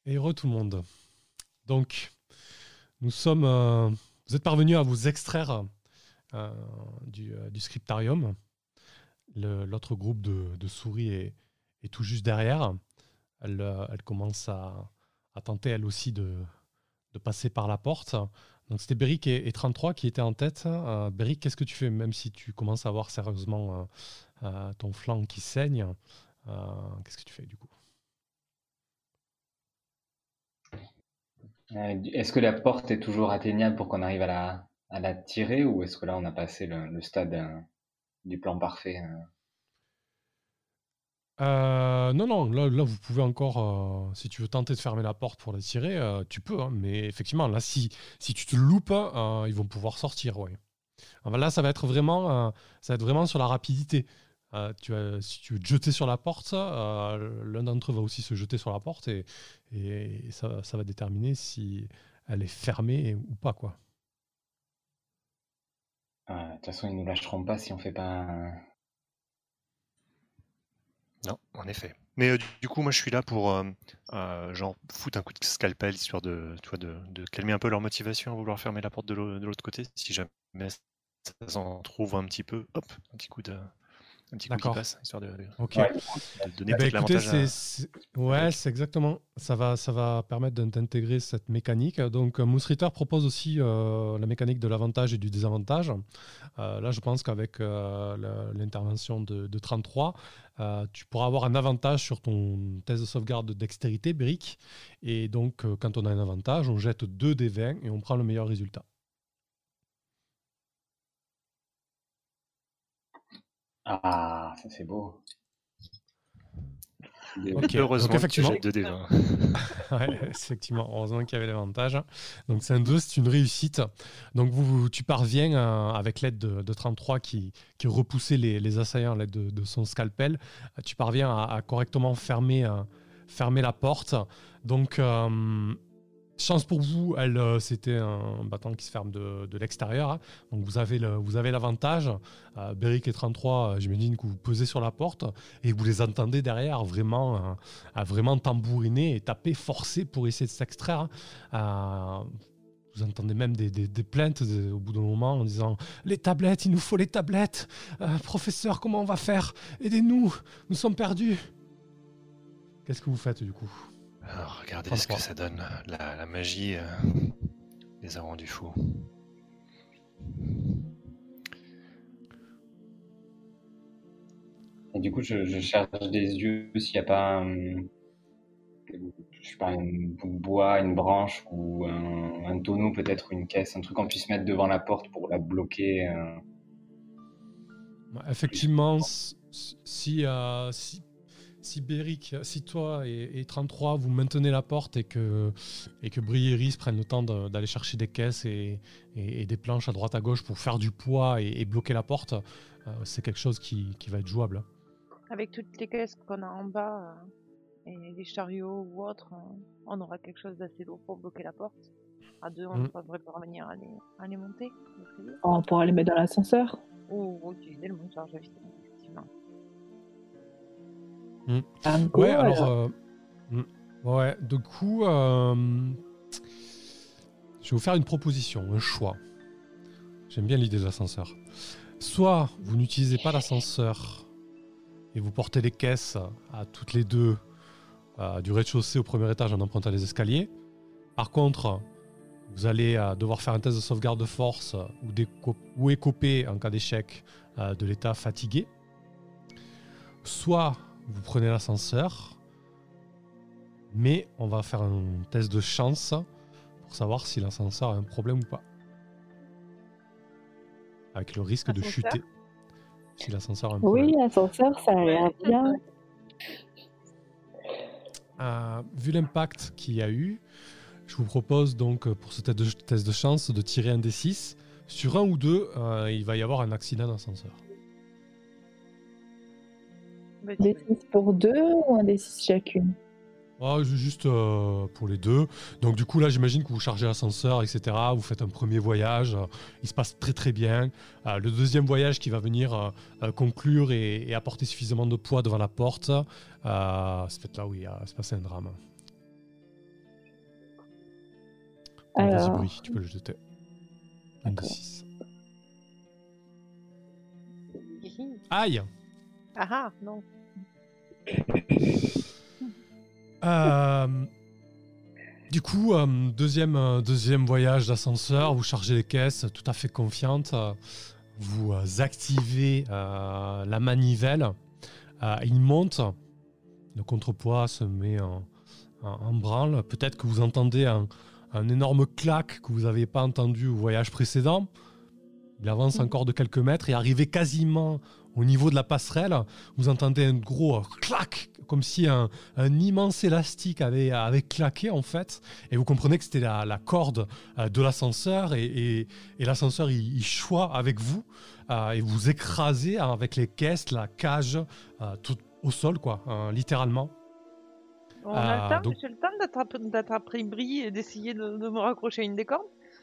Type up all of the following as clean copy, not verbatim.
Et heureux tout le monde. Donc, vous êtes parvenus à vous extraire du scriptarium. L'autre groupe de souris est tout juste derrière. Elle commence à tenter, elle aussi, de passer par la porte. Donc, c'était Beric et 33 qui étaient en tête. Beric, qu'est-ce que tu fais, même si tu commences à voir sérieusement ton flanc qui saigne qu'est-ce que tu fais, du coup? Est-ce que la porte est toujours atteignable pour qu'on arrive à la tirer ou est-ce que là on a passé le stade du plan parfait Non, non, là, vous pouvez encore, si tu veux tenter de fermer la porte pour la tirer, tu peux, hein, mais effectivement, là, si tu te loupes, ils vont pouvoir sortir, ouais. Enfin, là, ça va être vraiment sur la rapidité. Si tu veux te jeter sur la porte, l'un d'entre eux va aussi se jeter sur la porte et ça va déterminer si elle est fermée ou pas, quoi. De toute façon, ils nous lâcheront pas si on fait pas Non, en effet. Mais du coup, moi, je suis là pour genre foutre un coup de scalpel, histoire de calmer un peu leur motivation à vouloir fermer la porte de l'autre côté. Si jamais ça s'en trouve un petit peu, hop, un petit coup qui D'accord. passe, histoire de Ok. donner Bah, peut-être écoutez, l'avantage ouais, c'est exactement. Ça va permettre d'intégrer cette mécanique. Donc, Mousritter propose aussi la mécanique de l'avantage et du désavantage. Là, je pense qu'avec l'intervention de 33, tu pourras avoir un avantage sur ton test de sauvegarde de dextérité, Beric. Et donc, quand on a un avantage, on jette 2 des 20 et on prend le meilleur résultat. Ah, ça c'est beau. Ok, Heureusement donc effectivement. que tu jettes 2 des 20. Ouais, effectivement, heureusement qu'il y avait l'avantage. Donc c'est un 2, c'est une réussite. Donc tu parviens, avec l'aide de 33 qui repoussait les assaillants à l'aide de son scalpel, tu parviens à correctement fermer la porte. Donc, chance pour vous, c'était un battant qui se ferme de l'extérieur, hein. Donc vous avez l'avantage. Beric et 33, j'imagine que vous pesez sur la porte et vous les entendez derrière vraiment, vraiment tambouriner et taper, forcer pour essayer de s'extraire, hein. Vous entendez même des plaintes au bout d'un moment en disant « Les tablettes, il nous faut les tablettes. Professeur, comment on va faire? Aidez-nous, nous sommes perdus. » Qu'est-ce que vous faites du coup? Alors, regardez ce que ça donne. La magie les a rendus fous. Et du coup, je cherche des yeux s'il n'y a pas je sais pas, un bout de bois, une branche ou un tonneau peut-être, une caisse, un truc qu'on puisse mettre devant la porte pour la bloquer. Effectivement, si Beric, si toi et 33 vous maintenez la porte et que Brieris prennent le temps d'aller chercher des caisses et des planches à droite à gauche pour faire du poids et bloquer la porte, c'est quelque chose qui va être jouable. Avec toutes les caisses qu'on a en bas et les chariots ou autres, on aura quelque chose d'assez lourd pour bloquer la porte. À 2, on devrait parvenir à les monter. On pourra les mettre dans l'ascenseur. Ou utiliser le monteur, effectivement. Ouais, alors, ouais, du coup, je vais vous faire une proposition, un choix. J'aime bien l'idée de l'ascenseur. Soit vous n'utilisez pas l'ascenseur et vous portez les caisses à toutes les deux du rez-de-chaussée au premier étage en empruntant les escaliers. Par contre, vous allez devoir faire un test de sauvegarde de force ou écoper en cas d'échec de l'état fatigué. Soit vous prenez l'ascenseur, mais on va faire un test de chance pour savoir si l'ascenseur a un problème ou pas. Avec le risque de chuter. Si l'ascenseur a un problème. Oui, l'ascenseur, ça a l'air bien. Vu l'impact qu'il y a eu, je vous propose donc pour ce test de chance de tirer un D6. Sur un ou deux, il va y avoir un accident d'ascenseur. D6 pour 2 ou un D6 chacune? Juste pour les deux. Donc du coup là j'imagine que vous chargez l'ascenseur, etc. Vous faites un premier voyage, il se passe très très bien. Le deuxième voyage qui va venir conclure et apporter suffisamment de poids devant la porte, c'est peut-être là où il se passe un drame. Donc, vas-y, Alors, Brie, tu peux le jeter. Un de D'accord. 6. Aïe. Ah ah, non. Du coup, deuxième voyage d'ascenseur, vous chargez les caisses tout à fait confiante. Vous activez la manivelle. Il monte. Le contrepoids se met en branle. Peut-être que vous entendez un énorme clac que vous n'avez pas entendu au voyage précédent. Il avance encore de quelques mètres et arrivé quasiment au niveau de la passerelle, vous entendez un gros clac, comme si un immense élastique avait claqué en fait. Et vous comprenez que c'était la corde de l'ascenseur et l'ascenseur il choit avec vous et vous écrasez avec les caisses, la cage, tout au sol quoi, littéralement. On a le temps, donc- j'ai le temps d'attraper Brie et d'essayer de me raccrocher à une des cordes.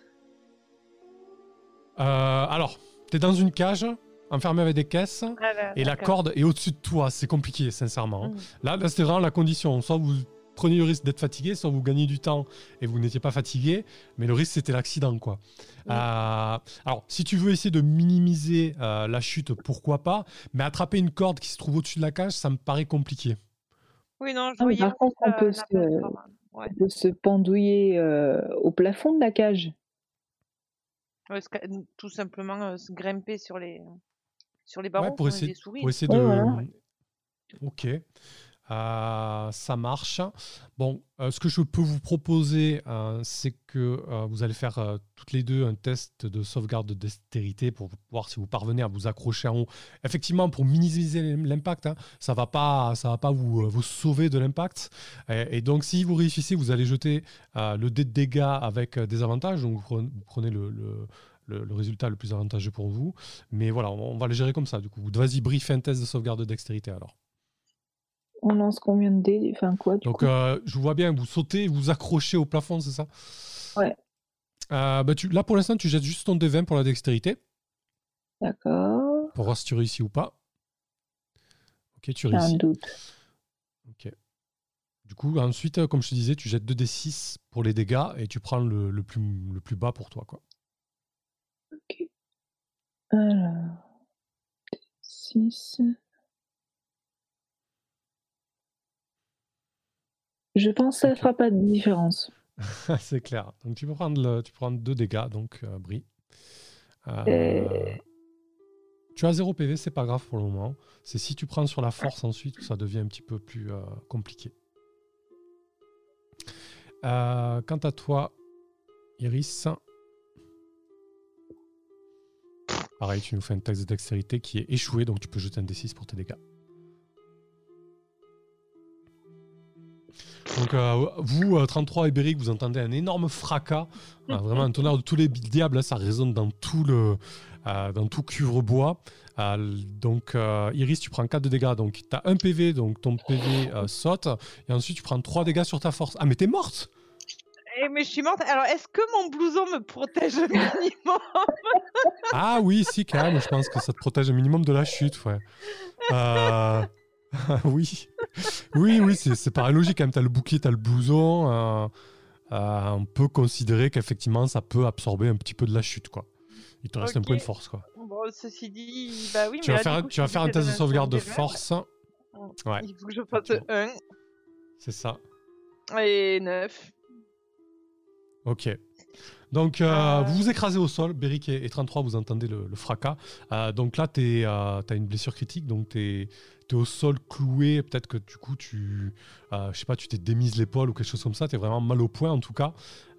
Alors, t'es dans une cage, enfermé avec des caisses. Et la corde est au-dessus de toi, c'est compliqué, sincèrement. Là, c'était vraiment la condition. Soit vous prenez le risque d'être fatigué, soit vous gagnez du temps et vous n'étiez pas fatigué. Mais le risque, c'était l'accident, quoi. Alors, si tu veux essayer de minimiser la chute, pourquoi pas. Mais attraper une corde qui se trouve au-dessus de la cage, ça me paraît compliqué. Oui, non, je Ah, mais voyais par contre, on peut la plateforme. Ouais. on peut se pendouiller au plafond de la cage. Ouais, tout simplement se grimper sur les barreaux pour comme essayer, des souris. pour essayer Ouais, de... voilà. Ok. Ça marche. Bon, ce que je peux vous proposer, c'est que vous allez faire toutes les deux un test de sauvegarde de dextérité pour voir si vous parvenez à vous accrocher en haut. Effectivement, pour minimiser l'impact, ça va pas vous sauver de l'impact. Et donc, si vous réussissez, vous allez jeter le dé de dégâts avec des avantages. Donc, vous prenez le résultat le plus avantageux pour vous. Mais voilà, on va le gérer comme ça. Du coup, vas-y, Brie, fais un test de sauvegarde de dextérité alors. On lance combien de dés? Enfin, quoi, du Donc, coup je vous vois bien, vous sautez, vous accrochez au plafond, c'est ça? Ouais. Là, pour l'instant, tu jettes juste ton D20 pour la dextérité, D'accord. pour voir si tu réussis ou pas. Ok, tu J'ai un réussis. doute. Ok. Du coup, ensuite, comme je te disais, tu jettes 2d6 pour les dégâts et tu prends le plus bas pour toi, quoi. Ok. Alors. 6. Je pense que ça ne Ok. fera pas de différence. C'est clair. Donc, tu peux prendre 2 dégâts, donc, Brie. Tu as 0 PV, c'est pas grave pour le moment. C'est si tu prends sur la force ensuite que ça devient un petit peu plus compliqué. Quant à toi, Iris, pareil, tu nous fais un test de dextérité qui est échoué, donc tu peux jeter un D6 pour tes dégâts. Donc, vous, 33 et Béric, vous entendez un énorme fracas, vraiment un tonnerre de tous les diables, là, ça résonne dans tout cuivre-bois. Donc, Iris, tu prends 4 de dégâts, donc tu as 1 PV, donc ton PV saute, et ensuite tu prends 3 dégâts sur ta force. Ah, mais t'es morte! Mais je suis morte. Alors, est-ce que mon blouson me protège au minimum? Ah oui, si, quand même, je pense que ça te protège un minimum de la chute, ouais. Oui, c'est pareil logique quand même. T'as le bouclier, t'as le blouson. On peut considérer qu'effectivement, ça peut absorber un petit peu de la chute, quoi. Il te reste un point de force, quoi. Bon, ceci dit, bah oui, tu mais vas là, faire, faire un test de sauvegarde de force. Ouais. Il faut que je fasse 1 C'est ça. et 9. Ok. Donc, vous vous écrasez au sol. Béric et 33, vous entendez le fracas. Donc là, t'as une blessure critique. Donc, t'es au sol cloué. Peut-être que du coup, je sais pas, tu t'es démise l'épaule ou quelque chose comme ça. T'es vraiment mal au point, en tout cas.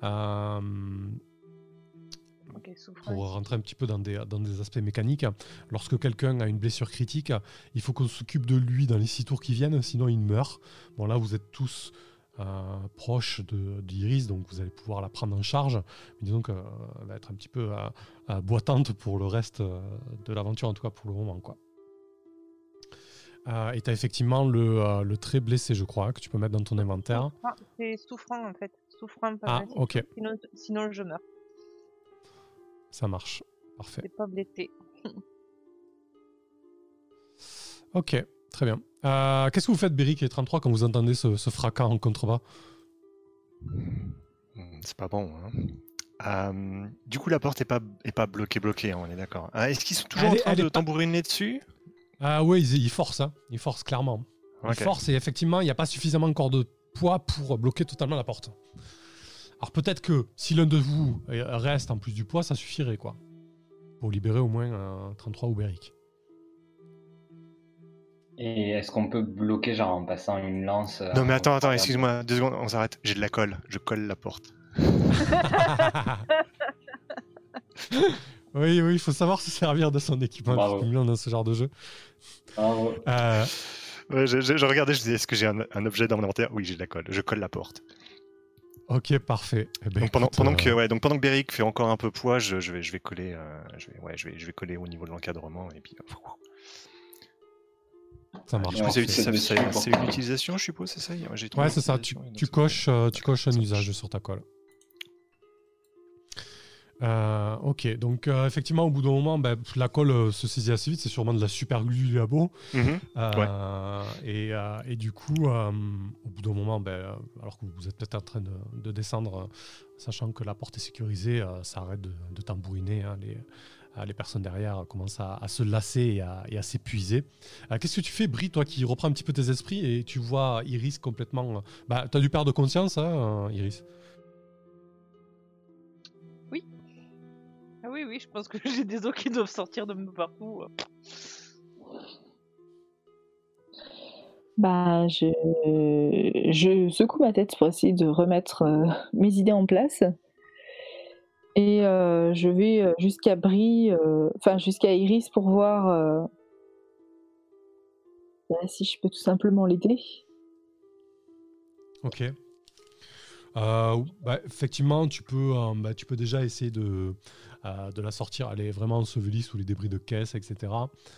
Pour rentrer un petit peu dans des aspects mécaniques. Lorsque quelqu'un a une blessure critique, il faut qu'on s'occupe de lui dans les 6 tours qui viennent. Sinon, il meurt. Bon, là, vous êtes tous... proche d'Iris, donc vous allez pouvoir la prendre en charge. Mais disons qu'elle va être un petit peu boitante pour le reste de l'aventure, en tout cas pour le moment, quoi. Et tu as effectivement le trait blessé, je crois, que tu peux mettre dans ton inventaire. C'est souffrant, en fait. Souffrant, pas Ah, blessé. ok. Sinon, je meurs. Ça marche. Parfait. C'est pas blessé. Ok, très bien. Qu'est-ce que vous faites, Béric et 33, quand vous entendez ce fracas en contrebas? C'est pas bon. Du coup, la porte est pas bloquée, hein, on est d'accord. Est-ce qu'ils sont toujours en train de tambouriner dessus? Ah oui, ils forcent, hein. Ils forcent clairement. Ils forcent et effectivement, il n'y a pas suffisamment encore de poids pour bloquer totalement la porte. Alors peut-être que si l'un de vous reste en plus du poids, ça suffirait, quoi. Pour libérer au moins 33 ou Beric. Et est-ce qu'on peut bloquer, genre en passant une lance Non, mais attends, excuse-moi, 2 secondes, on s'arrête. J'ai de la colle, je colle la porte. Oui, il faut savoir se servir de son équipement dans ce genre de jeu. Bravo. Ouais, je regardais, je disais, est-ce que j'ai un objet dans mon inventaire? Oui, j'ai de la colle, je colle la porte. Ok, parfait. Eh ben, donc, pendant que Beric fait encore un peu poids, je vais coller, je vais coller au niveau de l'encadrement et puis. Ça marche. C'est une utilisation, je suppose, c'est ça? Ouais, c'est ça. Tu coches un usage sur ta colle. Ok, donc effectivement, au bout d'un moment, la colle se saisit assez vite. C'est sûrement de la super glue du labo. Et du coup, au bout d'un moment, alors que vous êtes peut-être en train de descendre, sachant que la porte est sécurisée, ça arrête de tambouriner. Hein, les personnes derrière commencent à se lasser et à s'épuiser. Qu'est-ce que tu fais, Brie, toi qui reprends un petit peu tes esprits et tu vois Iris complètement... tu as du père de conscience, hein, Iris? Oui. Ah oui, je pense que j'ai des os qui doivent sortir de partout. Je secoue ma tête pour essayer de remettre mes idées en place. Et je vais jusqu'à Brie, jusqu'à Iris pour voir si je peux tout simplement l'aider. Ok. Effectivement, tu peux déjà essayer de la sortir. Elle est vraiment ensevelie sous les débris de caisse, etc.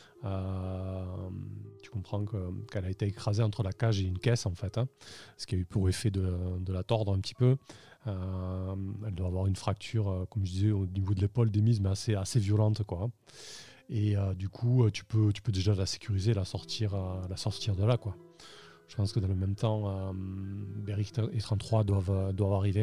Tu comprends qu'elle a été écrasée entre la cage et une caisse, en fait, hein, ce qui a eu pour effet de la tordre un petit peu. Elle doit avoir une fracture, comme je disais, au niveau de l'épaule d'émise, mais assez violente, quoi. Hein. Et du coup, tu peux déjà la sécuriser, la sortir de là, quoi. Je pense que dans le même temps, Beric et 33 doivent arriver.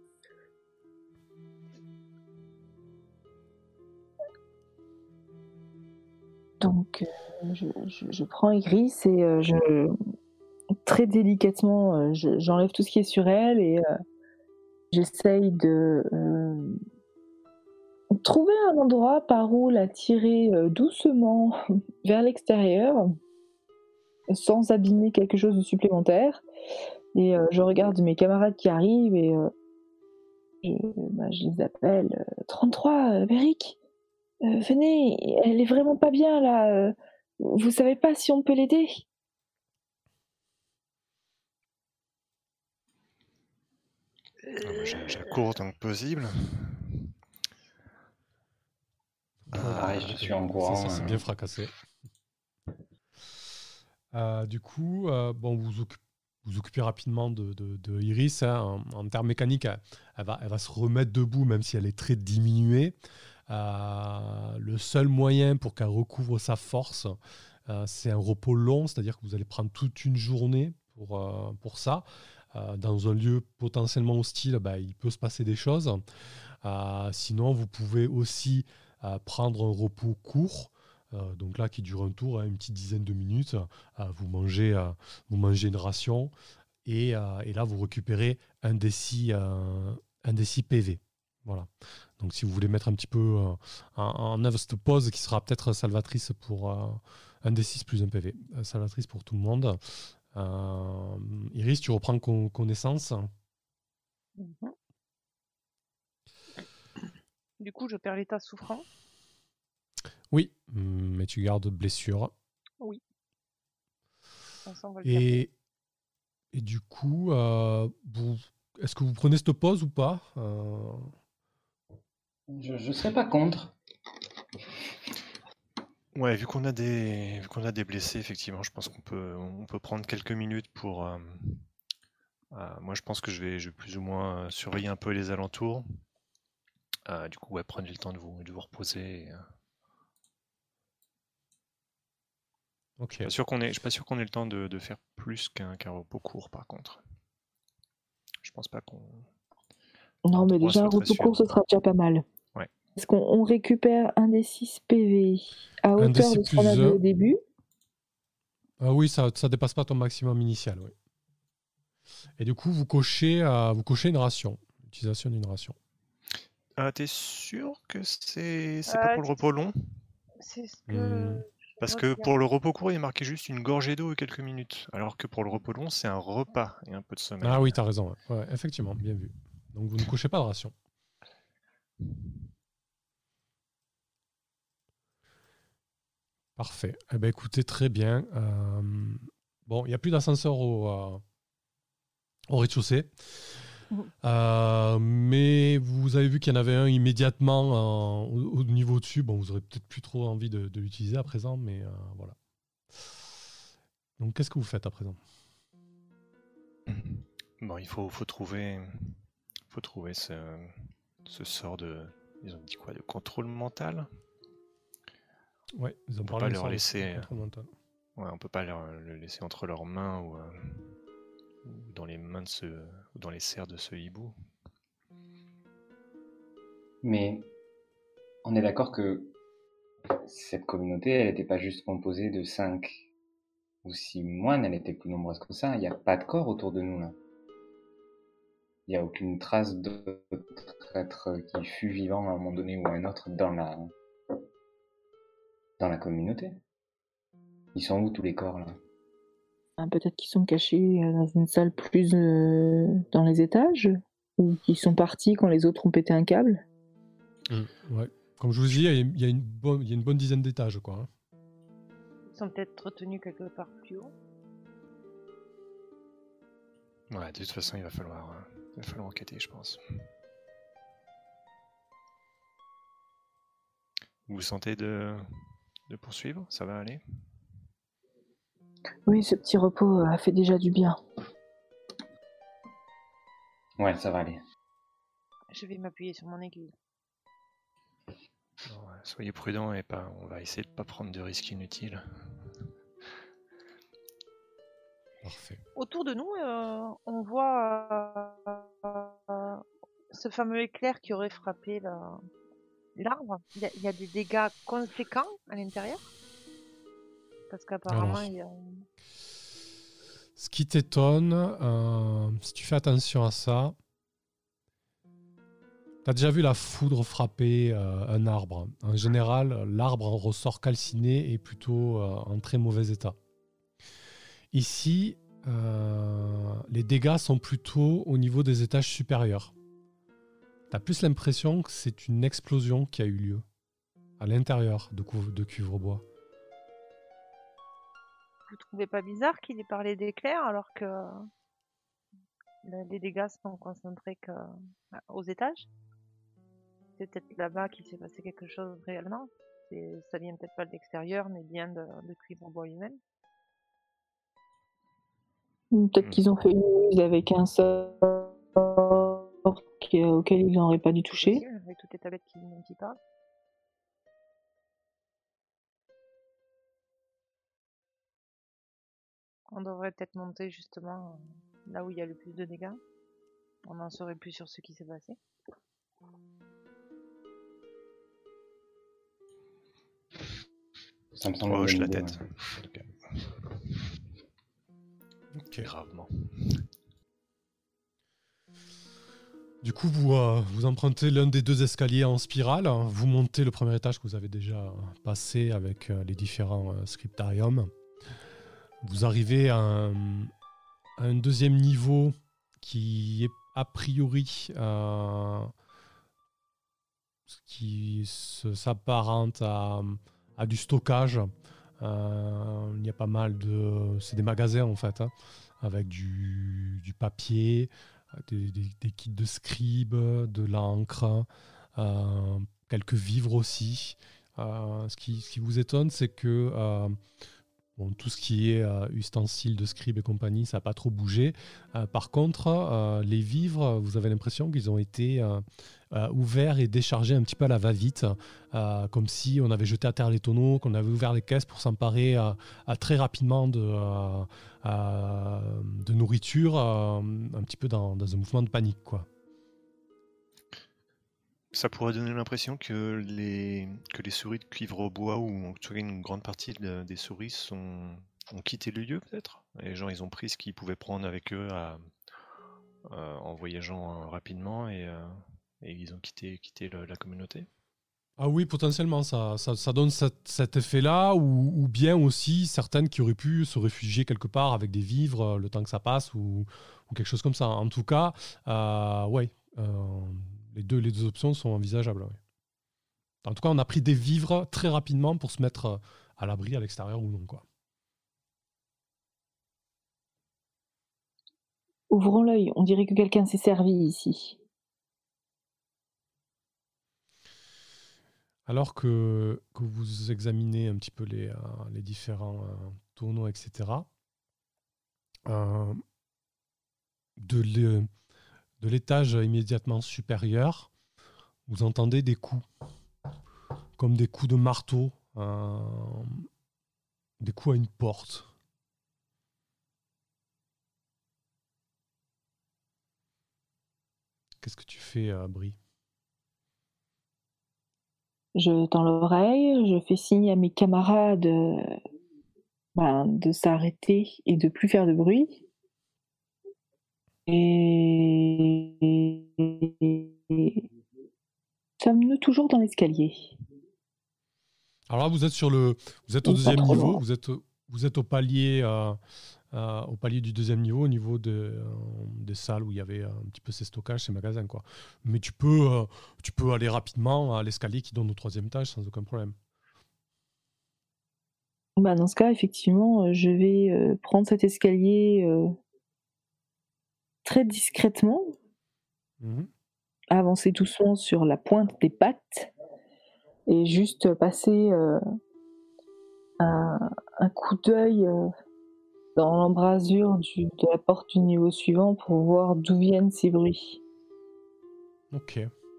Donc, je prends Iris et très délicatement, j'enlève tout ce qui est sur elle et j'essaye de trouver un endroit par où la tirer doucement vers l'extérieur, sans abîmer quelque chose de supplémentaire. Et je regarde mes camarades qui arrivent et je les appelle. 33, Beric, venez, elle est vraiment pas bien là. Vous savez pas si on peut l'aider? J'accours autant que possible. Je suis en courant. Ça s'est bien fracassé. Du coup, vous occupez rapidement de Iris. Hein. En termes mécaniques, elle va se remettre debout, même si elle est très diminuée. Le seul moyen pour qu'elle recouvre sa force, c'est un repos long, c'est-à-dire que vous allez prendre toute une journée pour ça. Dans un lieu potentiellement hostile, il peut se passer des choses. Sinon, vous pouvez aussi prendre un repos court. Donc là, qui dure un tour, une petite dizaine de minutes. Vous mangez une ration et là, vous récupérez un des 6 PV. Voilà. Donc si vous voulez mettre un petit peu en œuvre cette pause qui sera peut-être salvatrice pour un des 6 plus un PV. Salvatrice pour tout le monde. Iris, tu reprends connaissance. Mm-hmm. Du coup, je perds l'état souffrant. Oui, mais tu gardes blessure. Oui. Et du coup, est-ce que vous prenez cette pause ou pas? Je serais pas contre. Ouais, vu qu'on a des blessés, effectivement, je pense qu'on peut prendre quelques minutes pour. Moi, je pense que je vais plus ou moins surveiller un peu les alentours. Du coup, ouais, prenez le temps de vous reposer. Okay. Je suis pas sûr qu'on ait le temps de faire plus qu'un repos court, par contre. Je pense pas qu'on Non, mais Trois, déjà, un soit très repos sûr. court, ce sera déjà pas mal. Ouais. Est-ce qu'on récupère un des 6 PV à Un hauteur D6 de ce qu'on plus avait un. au début? Ah oui, ça dépasse pas ton maximum initial. Oui. Et du coup, vous cochez une ration. L'utilisation d'une ration. T'es sûr que c'est pas pour le repos long? C'est ce que Parce je que regarde. pour le repos court, il est marqué juste une gorgée d'eau et quelques minutes. Alors que pour le repos long, c'est un repas et un peu de sommeil. Ah oui, t'as raison. Ouais. Ouais, effectivement, bien vu. Donc vous ne cochez pas de ration. Parfait. Eh ben, écoutez, très bien. Bon, il n'y a plus d'ascenseur au rez-de-chaussée. Mais vous avez vu qu'il y en avait un immédiatement au niveau dessus. Bon, vous aurez peut-être plus trop envie de l'utiliser à présent, mais voilà. Donc, qu'est-ce que vous faites à présent? Bon, il faut trouver ce sort de, ils ont dit quoi, de contrôle mental. Ouais, ils ont On peut parlé pas de leur ça, laisser, contrôle mental. ouais, on peut pas le laisser entre leurs mains ou dans les mains ou dans les serres de ce hibou. Mais on est d'accord que cette communauté, elle n'était pas juste composée de 5 ou 6 moines, elle était plus nombreuse que ça. Il n'y a pas de corps autour de nous, là. Il n'y a aucune trace de traître qui fut vivant à un moment donné ou à un autre dans la communauté. Ils sont où tous les corps, là? Peut-être qu'ils sont cachés dans une salle plus dans les étages, ou qu'ils sont partis quand les autres ont pété un câble. Ouais. Comme je vous dis, il y a une bonne dizaine d'étages, quoi. Hein. Ils sont peut-être retenus quelque part plus haut. Ouais, de toute façon, il va falloir enquêter, je pense. Vous vous sentez de poursuivre? Ça va aller? Oui, ce petit repos a fait déjà du bien. Ouais, ça va aller. Je vais m'appuyer sur mon aiguille. Alors, soyez prudents et on va essayer de pas prendre de risques inutiles. Parfait. Autour de nous, on voit ce fameux éclair qui aurait frappé l'arbre. Il y a des dégâts conséquents à l'intérieur? Parce qu'apparemment, Alors, il y a... ce qui t'étonne, si tu fais attention à ça, t'as déjà vu la foudre frapper un arbre. En général, l'arbre en ressort calciné et plutôt en très mauvais état. Ici, les dégâts sont plutôt au niveau des étages supérieurs. T'as plus l'impression que c'est une explosion qui a eu lieu à l'intérieur de Cuivre-Bois. Vous trouvez pas bizarre qu'il ait parlé d'éclair alors que les dégâts sont concentrés aux étages? C'est peut-être là-bas qu'il s'est passé quelque chose réellement. Ça vient peut-être pas de l'extérieur, mais bien de Cuivre-Bois lui-même. Peut-être qu'ils ont fait une mise avec un sort auquel ils n'auraient pas dû toucher. Possible, avec toutes les tablettes qui dont il parle. On devrait peut-être monter justement là où il y a le plus de dégâts. On en saurait plus sur ce qui s'est passé. Ça me semble Hoche la idée, tête. ouais. En tout cas. Ok. Gravement. Du coup, vous empruntez l'un des 2 escaliers en spirale. Vous montez le premier étage que vous avez déjà passé avec les différents scriptariums. Vous arrivez à un deuxième niveau qui est a priori qui s'apparente à du stockage. Il y a pas mal de... C'est des magasins en fait, hein, avec du papier, des kits de scribe, de l'encre, quelques vivres aussi. Ce qui vous étonne, c'est que tout ce qui est ustensiles de scribe et compagnie, ça n'a pas trop bougé. Par contre, les vivres, vous avez l'impression qu'ils ont été ouverts et déchargés un petit peu à la va-vite, comme si on avait jeté à terre les tonneaux, qu'on avait ouvert les caisses pour s'emparer très rapidement de nourriture, un petit peu dans un mouvement de panique, quoi. Ça pourrait donner l'impression que les souris de cuivre bois, ou en tout cas une grande partie des souris ont quitté le lieu, peut-être. Et les gens, ils ont pris ce qu'ils pouvaient prendre avec eux en voyageant rapidement, et ils ont quitté la communauté. Ah oui, potentiellement, ça donne cet effet-là, ou bien aussi certaines qui auraient pu se réfugier quelque part avec des vivres le temps que ça passe, ou quelque chose comme ça. En tout cas, ouais, les deux options sont envisageables. Ouais. En tout cas, on a pris des vivres très rapidement pour se mettre à l'abri à l'extérieur ou non, quoi. Ouvrons l'œil, on dirait que quelqu'un s'est servi ici. Alors que vous examinez un petit peu les différents tonneaux, etc., de l'étage immédiatement supérieur, vous entendez des coups, comme des coups de marteau, des coups à une porte. Qu'est-ce que tu fais, Brie ? Je tends l'oreille, je fais signe à mes camarades de s'arrêter et de plus faire de bruit. Et sommes-nous toujours dans l'escalier ? Alors là, vous êtes au deuxième niveau, vous êtes au palier du deuxième niveau, au niveau des salles où il y avait un petit peu ces stockages, ces magasins, quoi. Mais tu peux aller rapidement à l'escalier qui donne au troisième étage sans aucun problème. Dans ce cas, effectivement, je vais prendre cet escalier très discrètement, avancer doucement sur la pointe des pattes et juste passer un coup d'œil dans l'embrasure de la porte du niveau suivant pour voir d'où viennent ces bruits. Ok.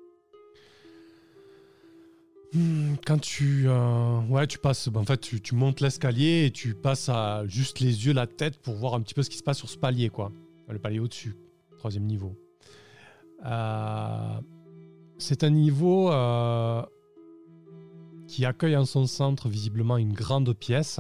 Quand tu passes, en fait, tu montes l'escalier et tu passes à juste les yeux, la tête pour voir un petit peu ce qui se passe sur ce palier, quoi. Le palier au-dessus, troisième niveau. C'est un niveau qui accueille en son centre visiblement une grande pièce.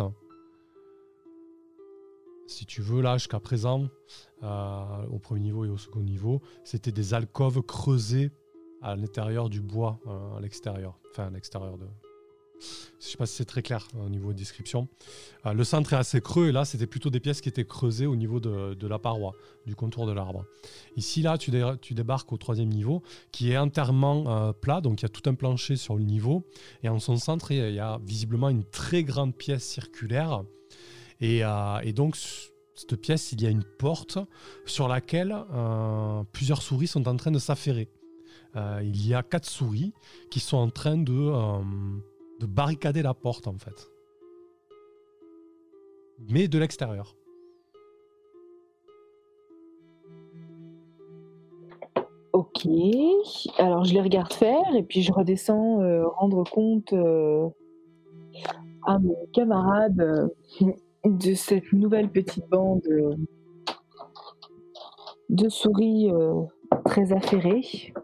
Si tu veux, là, jusqu'à présent, au premier niveau et au second niveau, c'était des alcôves creusées à l'intérieur du bois, à l'extérieur. Enfin, à l'extérieur de... Je ne sais pas si c'est très clair au niveau de description. Le centre est assez creux, et là, c'était plutôt des pièces qui étaient creusées au niveau de la paroi, du contour de l'arbre. Ici, là, tu débarques au troisième niveau, qui est entièrement plat, donc il y a tout un plancher sur le niveau, et en son centre, il y a visiblement une très grande pièce circulaire. Et donc, cette pièce, il y a une porte sur laquelle plusieurs souris sont en train de s'affairer. Il y a 4 souris qui sont en train de barricader la porte, en fait. Mais de l'extérieur. Ok, alors je les regarde faire et puis je redescends rendre compte à mes camarades de cette nouvelle petite bande de souris très affairées.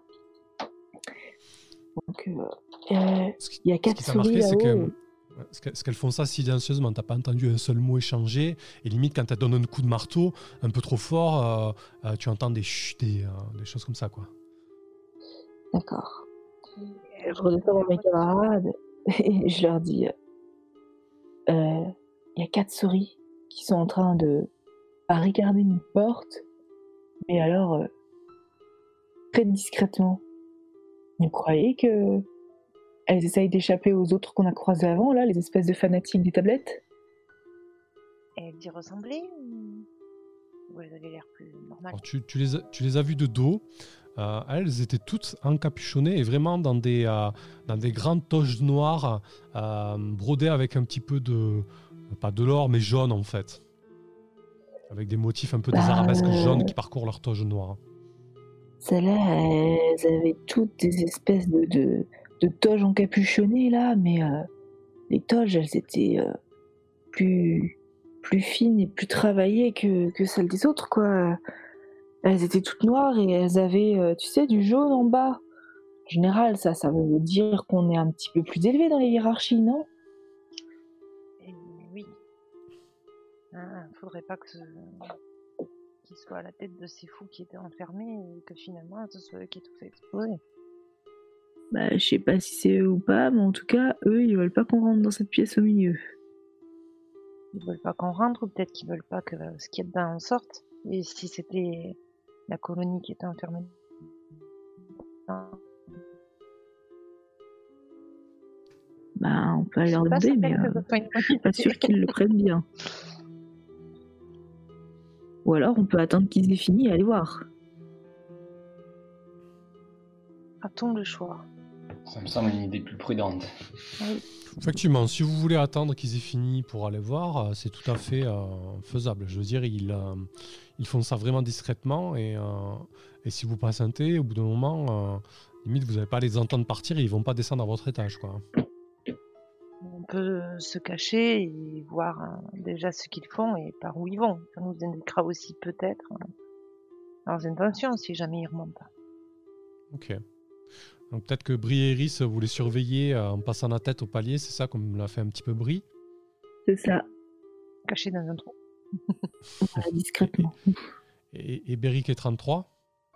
Donc, il y a 4 souris marqué, là-haut. Ce qu'elles font ça silencieusement, t'as pas entendu un seul mot échangé, et limite quand elles donnent un coup de marteau un peu trop fort, tu entends des chutes, des choses comme ça, quoi. D'accord. Je redescends voir mes camarades et je leur dis il y a 4 souris qui sont en train de barricader une porte, mais alors très discrètement. Vous croyez que elles essayent d'échapper aux autres qu'on a croisés avant, là, les espèces de fanatiques des tablettes ? Elles y ressemblaient ou elles avaient l'air plus normales ? Alors, tu les as vues de dos. Elles étaient toutes encapuchonnées et vraiment dans des grandes toges noires brodées avec un petit peu de, pas de l'or, mais jaune en fait. Avec des motifs un peu des arabesques jaunes qui parcourent leur toge noire. Celles-là, elles avaient toutes des espèces de toges encapuchonnées là, mais les toges, elles étaient plus fines et plus travaillées que celles des autres, quoi. Elles étaient toutes noires et elles avaient, tu sais, du jaune en bas. En général, ça veut dire qu'on est un petit peu plus élevé dans les hiérarchies, non? Et oui. Faudrait pas qu'il soit à la tête de ces fous qui étaient enfermés et que finalement ce soit eux qui tout fait exploser. Bah, je sais pas si c'est eux ou pas, mais en tout cas, eux, ils veulent pas qu'on rentre dans cette pièce au milieu. Ils veulent pas qu'on rentre, ou peut-être qu'ils veulent pas que ce qu'il y a dedans en sorte. Et si c'était la colonie qui était enfermée dedans, Bah, on peut je aller suis leur pas demander, mais certaine que ce soit une bonne je suis pas idée. sûre qu'ils le prennent bien. Ou alors, on peut attendre qu'ils aient fini et aller voir. A-t-on le choix? Ça me semble une idée plus prudente. Oui. Effectivement, si vous voulez attendre qu'ils aient fini pour aller voir, c'est tout à fait faisable. Je veux dire, ils font ça vraiment discrètement et si vous patientez, au bout d'un moment, limite, vous n'allez pas les entendre partir et ils vont pas descendre à votre étage, quoi. On peut se cacher et voir déjà ce qu'ils font et par où ils vont. Ça nous indiquera aussi peut-être leurs intentions si jamais ils remontent. Ok. Donc peut-être que Brie et Iris, vous les surveillez en passant la tête au palier, c'est ça, comme l'a fait un petit peu Brie. C'est ça. Cachés dans un trou. Voilà, discrètement. Et Beric et 33.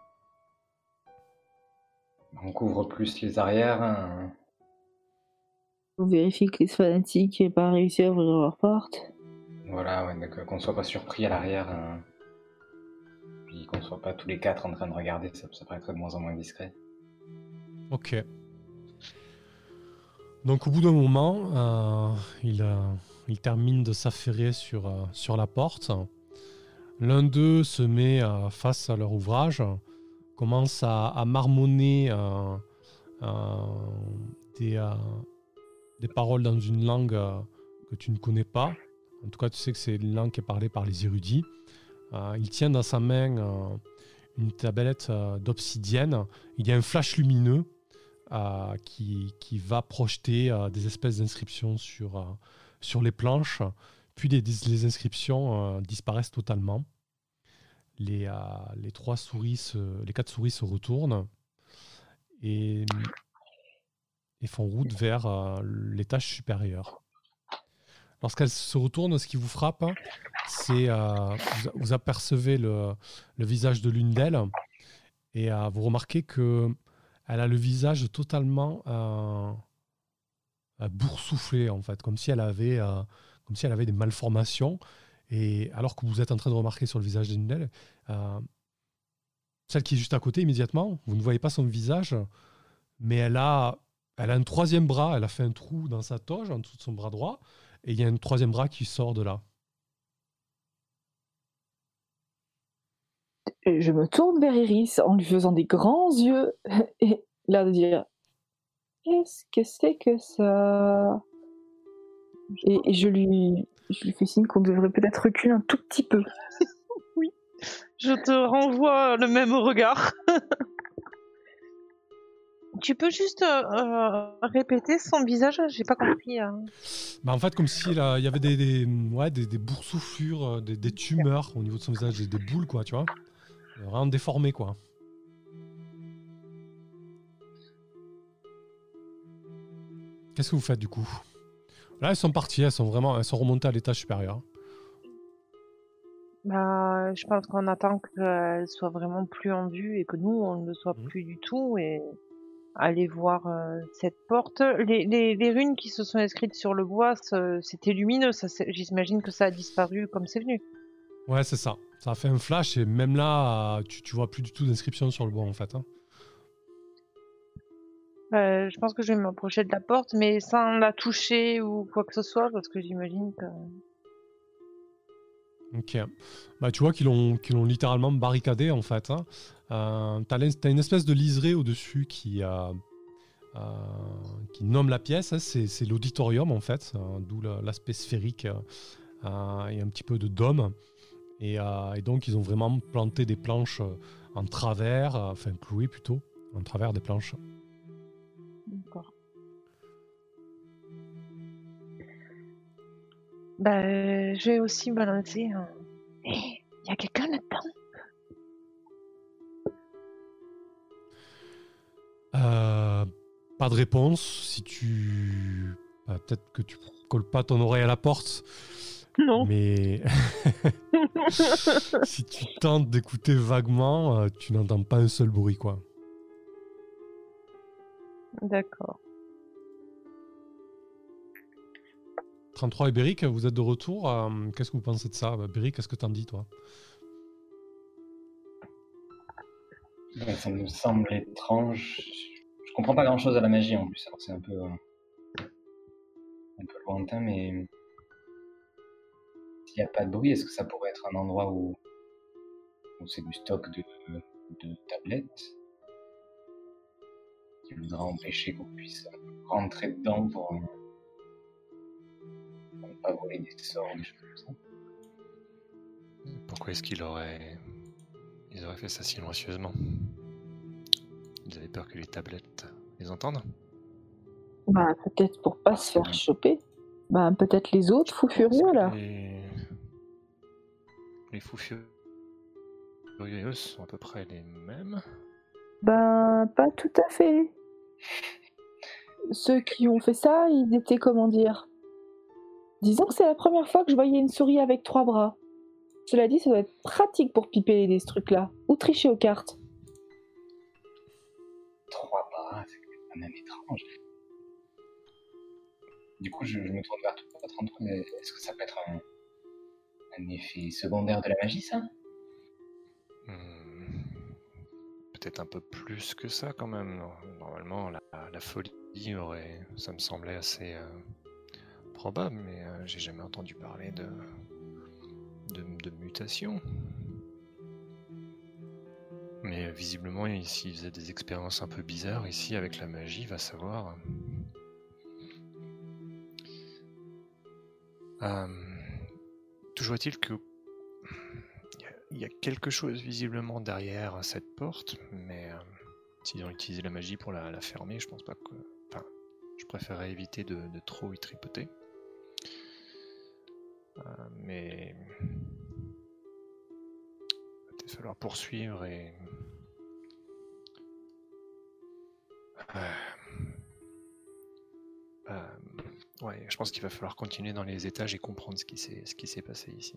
On couvre plus les arrières. Hein. On vérifie que les fanatiques n'aient pas réussi à ouvrir leur porte. Voilà, ouais, donc qu'on soit pas surpris à l'arrière. Hein. Puis qu'on soit pas tous les quatre en train de regarder, ça paraîtrait de moins en moins discret. Ok. Donc au bout d'un moment, il termine de s'affairer sur la porte. L'un d'eux se met face à leur ouvrage, commence à marmonner des paroles dans une langue que tu ne connais pas. En tout cas, tu sais que c'est une langue qui est parlée par les érudits. Il tient dans sa main une tablette d'obsidienne. Il y a un flash lumineux qui va projeter des espèces d'inscriptions sur les planches. Puis les inscriptions disparaissent totalement. Les quatre souris se retournent et font route vers l'étage supérieur. Lorsqu'elles se retournent, ce qui vous frappe, c'est vous apercevez le visage de l'une d'elles et vous remarquez qu'elle a le visage totalement boursouflé, en fait, comme si elle avait des malformations. Et alors que vous êtes en train de remarquer sur le visage d'une d'elles, celle qui est juste à côté immédiatement, vous ne voyez pas son visage, mais elle a un troisième bras, elle a fait un trou dans sa toge en dessous de son bras droit, et il y a un troisième bras qui sort de là. Et je me tourne vers Iris en lui faisant des grands yeux et l'air de dire qu'est-ce que c'est que ça? Et je lui fais signe qu'on devrait peut-être reculer un tout petit peu. Oui, je te renvoie le même regard. Tu peux juste répéter son visage? J'ai pas compris. En fait, comme s'il y avait des boursouflures, des tumeurs au niveau de son visage, des boules, quoi, tu vois. Vraiment déformé, quoi. Qu'est-ce que vous faites, du coup? Là, elles sont parties, elles sont remontées à l'étage supérieur. Je pense qu'on attend qu'elle soit vraiment plus en vue et que nous, on ne le soit plus du tout et aller voir cette porte. Les runes qui se sont inscrites sur le bois, c'était lumineux. J'imagine que ça a disparu comme c'est venu. Ouais, c'est ça. Ça a fait un flash et même là, tu vois plus du tout d'inscription sur le bois, en fait. Hein. Je pense que je vais m'approcher de la porte, mais sans la toucher ou quoi que ce soit, parce que j'imagine que... Ok. Tu vois qu'ils l'ont littéralement barricadé, en fait. Hein. T'as une espèce de liseré au-dessus qui nomme la pièce. Hein. C'est l'auditorium, en fait, d'où l'aspect sphérique et un petit peu de dôme. Et donc, ils ont vraiment planté des planches en travers, enfin clouées plutôt, en travers des planches. D'accord. Je vais aussi balancer un... Hé, y a quelqu'un là-dedans? Pas de réponse. Si tu... peut-être que tu colles pas ton oreille à la porte. Non. Mais si tu tentes d'écouter vaguement, tu n'entends pas un seul bruit, quoi. D'accord. 33 et Béric, vous êtes de retour. Qu'est-ce que vous pensez de ça? Béric, qu'est-ce que t'en dis, toi? Ouais, ça me semble étrange. Je comprends pas grand-chose à la magie en plus, alors c'est un peu lointain, mais s'il n'y a pas de bruit, est-ce que ça pourrait être un endroit où c'est du stock de tablettes qui voudra empêcher qu'on puisse rentrer dedans pour ne pas voler des sorts, des choses comme ça? Pourquoi est-ce ils auraient fait ça silencieusement? Ils avaient peur que les tablettes les entendent? Bah, peut-être pour pas se faire choper. Bah, peut-être les autres fous furieux, là. Les fous furieux sont à peu près les mêmes. Ben, pas tout à fait. Ceux qui ont fait ça, ils étaient, comment dire... Disons que c'est la première fois que je voyais une souris avec 3 bras. Cela dit, ça doit être pratique pour piper ce truc-là. Ou tricher aux cartes. 3 bras, c'est quand même étrange. Du coup, je me tourne vers toi, 33, mais est-ce que ça peut être un effet secondaire de la magie, ça? Peut-être un peu plus que ça, quand même. Normalement, la folie ça me semblait assez probable, mais j'ai jamais entendu parler de mutation. Mais visiblement, s'il faisait des expériences un peu bizarres ici avec la magie, va savoir. Toujours est-il que il y a quelque chose visiblement derrière cette porte, mais s'ils ont utilisé la magie pour la fermer, je pense pas que. Enfin, je préférerais éviter de trop y tripoter. Mais il va peut-être falloir poursuivre et. Ouais, je pense qu'il va falloir continuer dans les étages et comprendre ce qui s'est passé ici.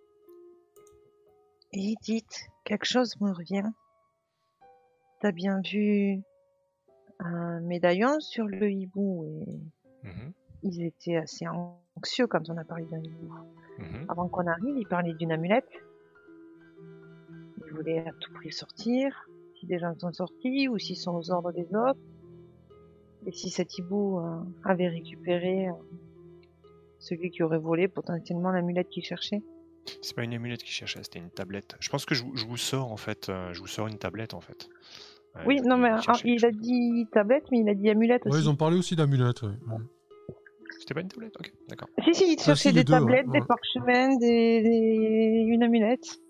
Edith, quelque chose me revient. T'as bien vu un médaillon sur le hibou et ils étaient assez anxieux quand on a parlé d'un hibou. Avant qu'on arrive, ils parlaient d'une amulette. Ils voulaient à tout prix sortir, si des gens sont sortis ou s'ils sont aux ordres des autres. Et si cet hibou avait récupéré celui qui aurait volé potentiellement l'amulette qu'il cherchait. C'est pas une amulette qu'il cherchait, c'était une tablette. Je pense que je vous sors en fait, je vous sors une tablette en fait. Oui, non mais il a dit tablette, mais il a dit amulette aussi. Ouais, ils ont parlé aussi d'amulette. Ouais. C'était pas une tablette, ok, d'accord. Si, il cherchait des tablettes, des parchemins, une amulette.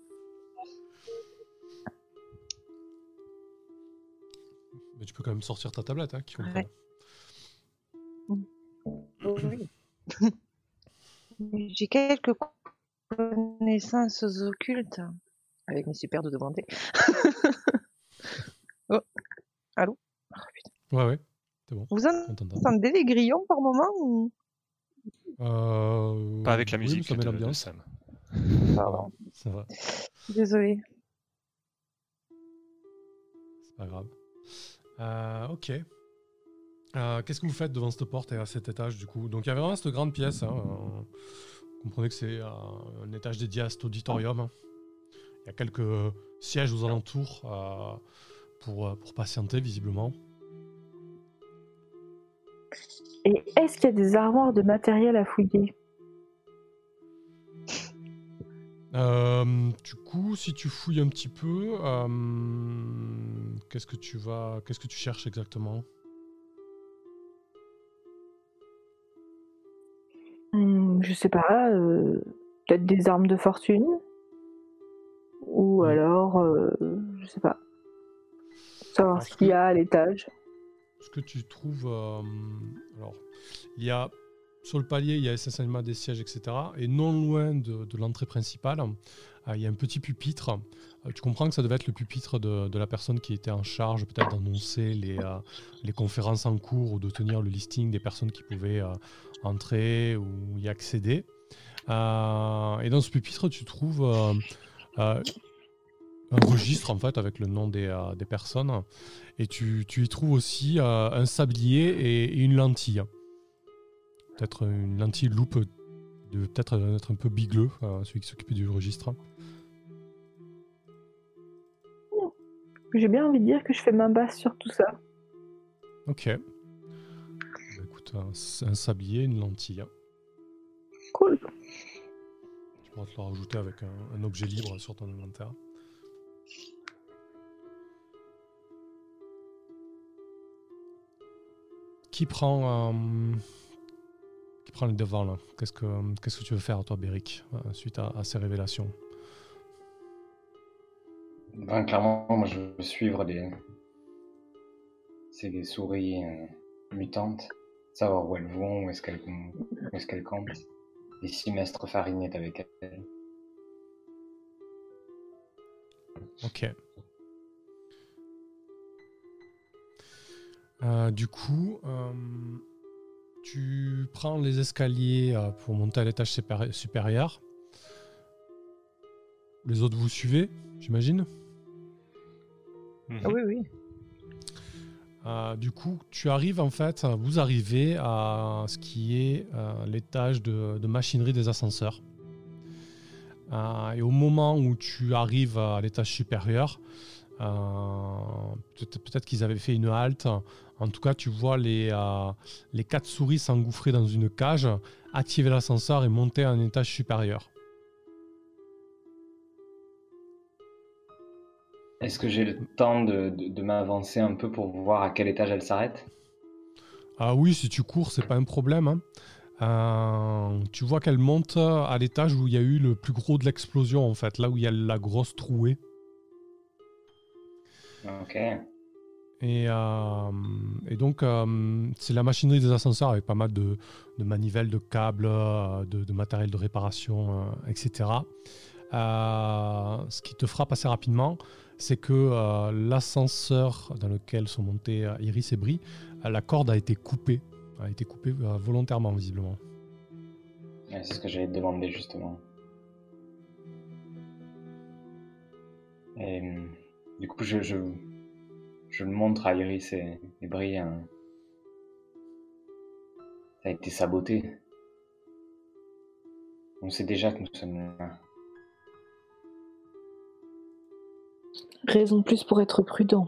Mais tu peux quand même sortir ta tablette, hein, qui compte pas. Oui. J'ai quelques connaissances occultes avec mes super de devanté. Oh, allô? Oh, putain. Ouais, c'est bon. Vous entendez les grillons par moment ou... Pas avec la musique de Sam. Pardon. Ça va. Désolée. C'est pas grave. Ok. Qu'est-ce que vous faites devant cette porte et à cet étage du coup? Donc il y a vraiment cette grande pièce. Vous comprenez que c'est un étage dédié à cet auditorium. Il y a quelques sièges aux alentours pour patienter visiblement. Et est-ce qu'il y a des armoires de matériel à fouiller? Du coup, si tu fouilles un petit peu, qu'est-ce que tu cherches exactement? Je sais pas, peut-être des armes de fortune? Ou alors, je sais pas. Savoir ce qu'il y a à l'étage. Ce que tu trouves... alors, il y a Sur le palier, il y a essentiellement des sièges, etc. Et non loin de l'entrée principale, il y a un petit pupitre. Tu comprends que ça devait être le pupitre de la personne qui était en charge peut-être d'annoncer les conférences en cours ou de tenir le listing des personnes qui pouvaient entrer ou y accéder. Et dans ce pupitre, tu trouves un registre en fait avec le nom des personnes. Et tu y trouves aussi un sablier et une lentille. Peut-être une lentille loupe, de peut-être être un peu bigleux, celui qui s'occupait du registre. J'ai bien envie de dire que je fais main basse sur tout ça. Ok. Bah, écoute, un sablier, une lentille. Cool. Tu pourras te le rajouter avec un objet libre sur ton inventaire. Qui prend le devant là? Qu'est-ce que tu veux faire toi, Béric, suite à ces révélations? Ben, clairement, moi je veux suivre ces souris mutantes, savoir où elles vont, où est-ce qu'elles campent. Et si Maître Farine est avec elles. Ok. Du coup, tu prends les escaliers pour monter à l'étage supérieur. Les autres vous suivez, j'imagine? Ah oui, oui. Du coup, vous arrivez à ce qui est l'étage de machinerie des ascenseurs. Et au moment où tu arrives à l'étage supérieur, peut-être qu'ils avaient fait une halte. En tout cas, tu vois les 4 souris s'engouffrer dans une cage, activer l'ascenseur et monter à un étage supérieur. Est-ce que j'ai le temps de m'avancer un peu pour voir à quel étage elles s'arrêtent? Ah oui, si tu cours, c'est pas un problème. Tu vois qu'elle monte à l'étage où il y a eu le plus gros de l'explosion, en fait, là où il y a la grosse trouée. Ok. Et donc, c'est la machinerie des ascenseurs avec pas mal de manivelles, de câbles, de matériel de réparation, etc. Ce qui te frappe assez rapidement, c'est que l'ascenseur dans lequel sont montés Iris et Brie, la corde a été coupée volontairement, visiblement. Ouais, c'est ce que j'allais te demander justement. Et du coup, je le montre à Iris et Brie. Ça a été saboté. On sait déjà que nous sommes là. Raison de plus pour être prudent.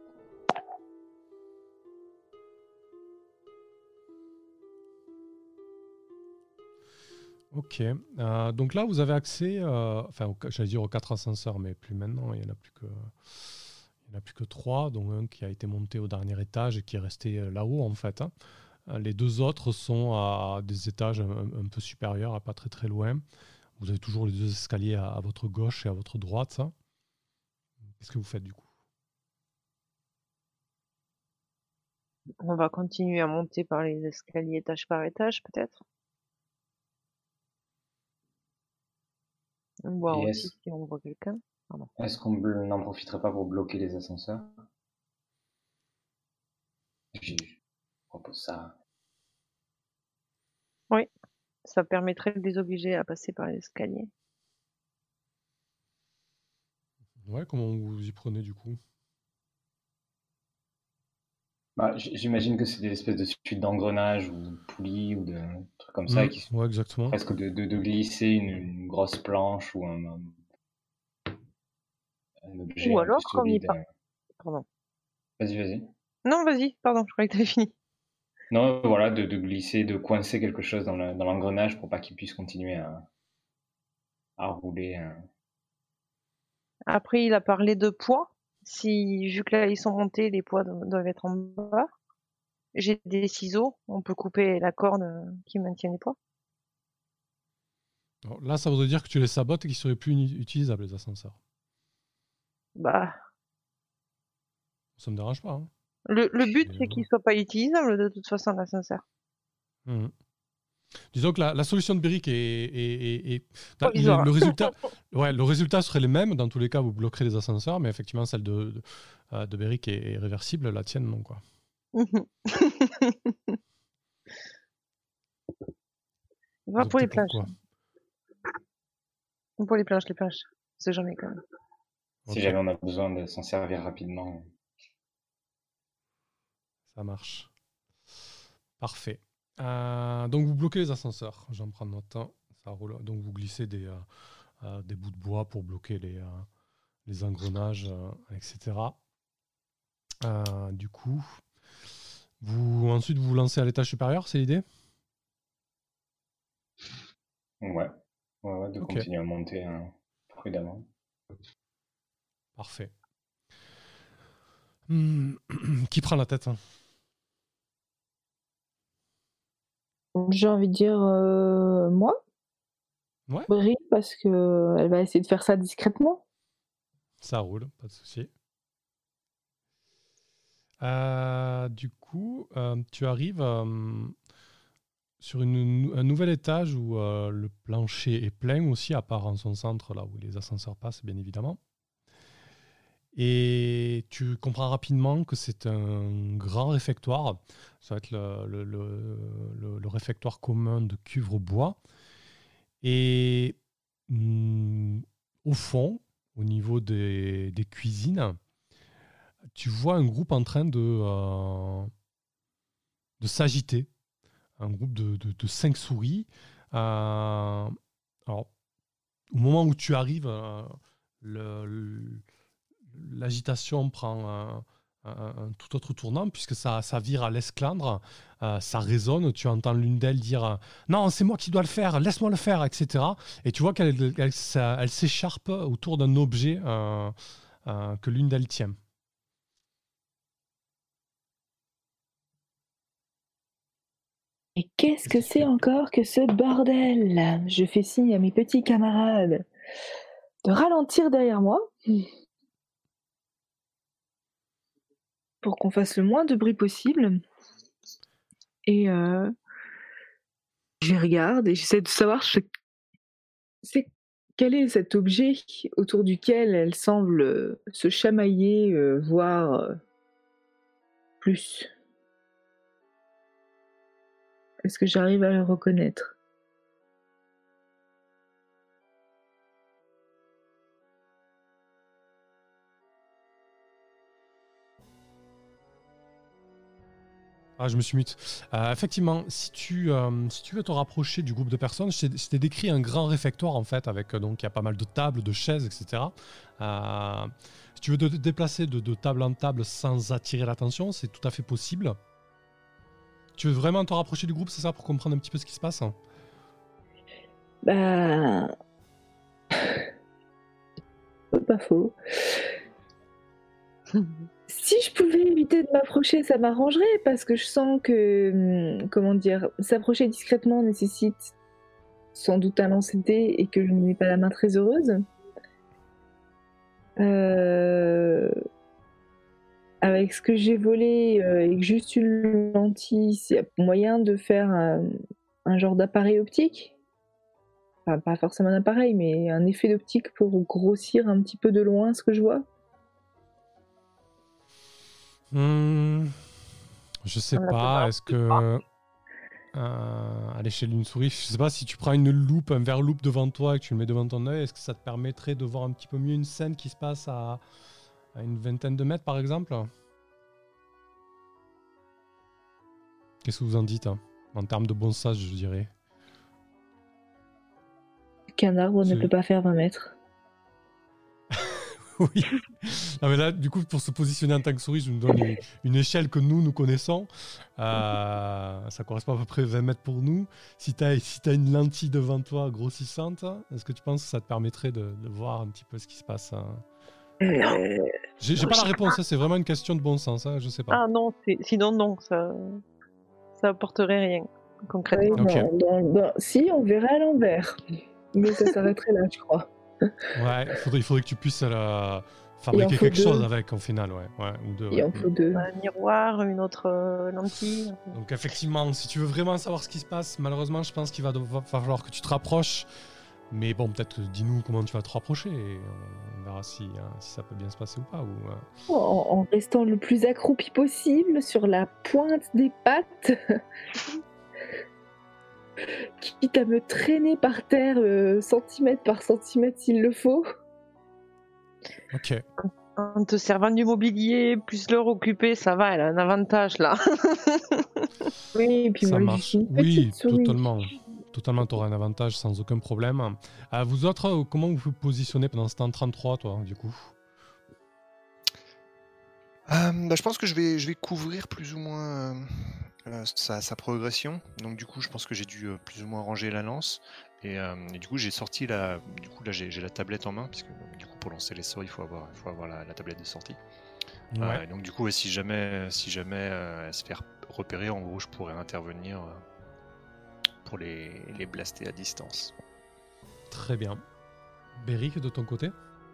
Ok. Donc là, vous avez accès, j'allais dire aux 4 ascenseurs, mais plus maintenant. Il n'y en a plus que 3, dont un qui a été monté au dernier étage et qui est resté là-haut, en fait. Les 2 autres sont à des étages un peu supérieurs, à pas très très loin. Vous avez toujours les 2 escaliers à votre gauche et à votre droite. Ça. Qu'est-ce que vous faites du coup? On va continuer à monter par les escaliers étage par étage, peut-être. Voir Et aussi si on voit quelqu'un. Pardon. est-ce qu'on n'en profiterait pas pour bloquer les ascenseurs? Je propose ça. Oui, ça permettrait de les obliger à passer par les escaliers. Ouais, comment vous y prenez du coup? Bah, j'imagine que c'est des espèces de suites d'engrenages ou de poulies ou de trucs comme ça, et qui sont Ouais, exactement. presque de glisser une grosse planche ou un objet Ou un peu alors, comme il solide. parle. Pardon. Vas-y. Non, vas-y, pardon, je croyais que t'avais fini. Non, voilà, de glisser, de coincer quelque chose dans l'engrenage pour pas qu'il puisse continuer à rouler. Après, il a parlé de poids. Si, vu que là, ils sont montés, les poids doivent être en bas. J'ai des ciseaux, on peut couper la corde qui maintient les poids. Alors là, ça voudrait dire que tu les sabotes et qu'ils seraient plus utilisables, les ascenseurs. Bah, Ça me dérange pas. Hein. le but, Et c'est qu'ils soient pas utilisables de toute façon, l'ascenseur. Mhm. Disons que la solution de Béric est Provisoire. le résultat serait le même. Dans tous les cas, vous bloquerez les ascenseurs, mais effectivement, celle de Béric est réversible. La tienne, non, quoi. Va Vous pour les optez plages. quoi Pour les plages. C'est jamais quand même. Si Ok, jamais on a besoin de s'en servir rapidement. ça marche. Parfait. Donc, vous bloquez les ascenseurs. J'en prends note. Ça roule. Donc, vous glissez des bouts de bois pour bloquer les engrenages, etc. Du coup, ensuite, vous vous lancez à l'étage supérieur, c'est l'idée? Ouais, de Ok. continuer à monter prudemment. Parfait. Qui prend la tête? J'ai envie de dire moi, Ouais, Brie, parce que elle va essayer de faire ça discrètement. ça roule, pas de souci. Du coup, tu arrives sur un nouvel étage où le plancher est plein aussi, à part en son centre, là où les ascenseurs passent, bien évidemment. Et tu comprends rapidement que c'est un grand réfectoire. Ça va être le réfectoire commun de cuivre-bois. Et au fond, au niveau des cuisines, tu vois un groupe en train de s'agiter. Un groupe de 5 souris. Alors, au moment où tu arrives, l'agitation prend un tout autre tournant puisque ça vire à l'esclandre, ça résonne, tu entends l'une d'elles dire non, c'est moi qui dois le faire, laisse-moi le faire, etc. Et tu vois qu'elle s'écharpe autour d'un objet que l'une d'elles tient. Et qu'est-ce que c'est encore que ce bordel? Je fais signe à mes petits camarades de ralentir derrière moi pour qu'on fasse le moins de bruit possible. Et je les regarde et j'essaie de savoir quel est cet objet autour duquel elle semble se chamailler, voire plus. Est-ce que j'arrive à le reconnaître? Ah, je me suis mute. Effectivement, si tu veux te rapprocher du groupe de personnes, je t'ai décrit un grand réfectoire en fait, avec donc il y a pas mal de tables, de chaises, etc. Si tu veux te déplacer de table en table sans attirer l'attention, c'est tout à fait possible. Tu veux vraiment te rapprocher du groupe, c'est ça, pour comprendre un petit peu ce qui se passe? Bah... pas faux. Si je pouvais éviter de m'approcher, ça m'arrangerait, parce que je sens que, comment dire, s'approcher discrètement nécessite sans doute un lancer de dés et que je n'ai pas la main très heureuse. Avec ce que j'ai volé et que juste une lentille, s'il y a moyen de faire un genre d'appareil optique. Enfin, pas forcément un appareil, mais un effet d'optique pour grossir un petit peu de loin ce que je vois. Je sais pas, est-ce que à l'échelle d'une souris, je sais pas, si tu prends une loupe, un verre loupe devant toi et que tu le mets devant ton œil, est-ce que ça te permettrait de voir un petit peu mieux une scène qui se passe à une vingtaine de mètres par exemple? Qu'est-ce que vous en dites en termes de bon sens, je dirais? Qu'un arbre ne peut pas faire 20 mètres. Oui. Non, mais là, du coup, pour se positionner en tant que souris, je me donne une échelle que nous connaissons. Ça correspond à peu près 20 mètres pour nous. Si tu as une lentille devant toi grossissante, est-ce que tu penses que ça te permettrait de voir un petit peu ce qui se passe? J'ai pas la réponse, c'est vraiment une question de bon sens, je sais pas. Ah non, sinon non, ça apporterait rien concrètement. Oui, Ok. si, on verrait à l'envers. Mais ça s'arrêterait là, je crois. Ouais, il faudrait que tu puisses fabriquer faut quelque chose deux. avec au final, ouais, ou deux. Il Ouais. en faut deux. Un miroir, une autre lentille. Donc effectivement, si tu veux vraiment savoir ce qui se passe, malheureusement, je pense qu'il va falloir que tu te rapproches. Mais bon, peut-être dis-nous comment tu vas te rapprocher et on verra si ça peut bien se passer ou pas. En restant le plus accroupi possible sur la pointe des pattes, quitte à me traîner par terre centimètre par centimètre s'il le faut. Ok. En te servant du mobilier, plus l'heure occupée, ça va, elle a un avantage là. Oui, et puis Ça moi, marche. je suis une Oui, petite souris. totalement, tu auras un avantage sans aucun problème. Vous autres, comment vous vous positionnez pendant ce temps 33, toi, du coup? Je pense que je vais couvrir plus ou moins sa progression. Donc du coup, je pense que j'ai dû plus ou moins ranger la lance. Et du coup, j'ai sorti la. Du coup, là, j'ai la tablette en main, puisque du coup, pour lancer les sorts, il faut avoir la tablette de sortie. Ouais. Donc du coup, si jamais elle se fait repérer, en gros, je pourrais intervenir pour les blaster à distance. Très bien. Beric, de ton côté?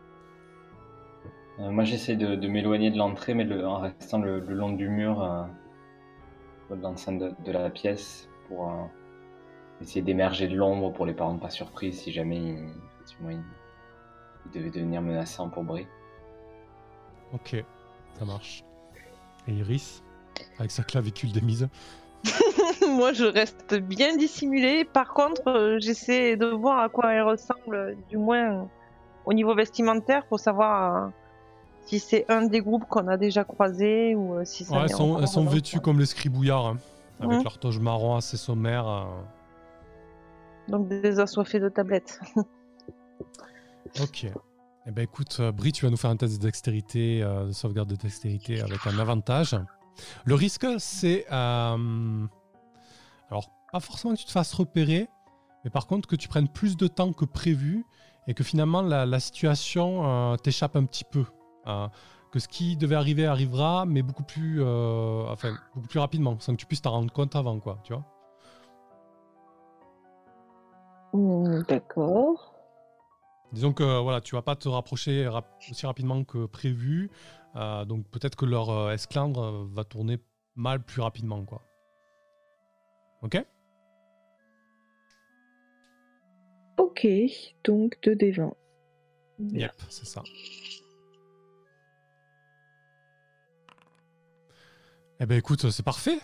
Moi, j'essaie de m'éloigner de l'entrée, mais en restant le long du mur de l'enceinte de la pièce pour essayer d'émerger de l'ombre pour les pas rendre pas surpris si jamais il devait devenir menaçant pour Brie. Ok, ça marche. Et Iris, avec sa clavicule démise? Moi, je reste bien dissimulée. Par contre, j'essaie de voir à quoi elle ressemble, du moins au niveau vestimentaire, pour savoir si c'est un des groupes qu'on a déjà croisé ou si ça Ouais, vient encore elles sont d'un vêtues autre. comme les scribouillards, hein, avec Mhm. leur toge marron assez sommaire. Donc des assoiffés de tablettes. Ok. Eh ben écoute, Brie, tu vas nous faire un test de dextérité, de sauvegarde de dextérité avec un avantage. Le risque, c'est... alors, pas forcément que tu te fasses repérer, mais par contre que tu prennes plus de temps que prévu et que finalement la situation t'échappe un petit peu. Que ce qui devait arriver arrivera, mais beaucoup plus rapidement, sans que tu puisses t'en rendre compte avant, quoi, tu vois. D'accord. Disons que voilà, tu vas pas te rapprocher aussi rapidement que prévu, donc peut-être que leur esclandre va tourner mal plus rapidement, quoi. Ok? Ok, donc 2d20. Yep, c'est ça. Eh ben écoute, c'est parfait.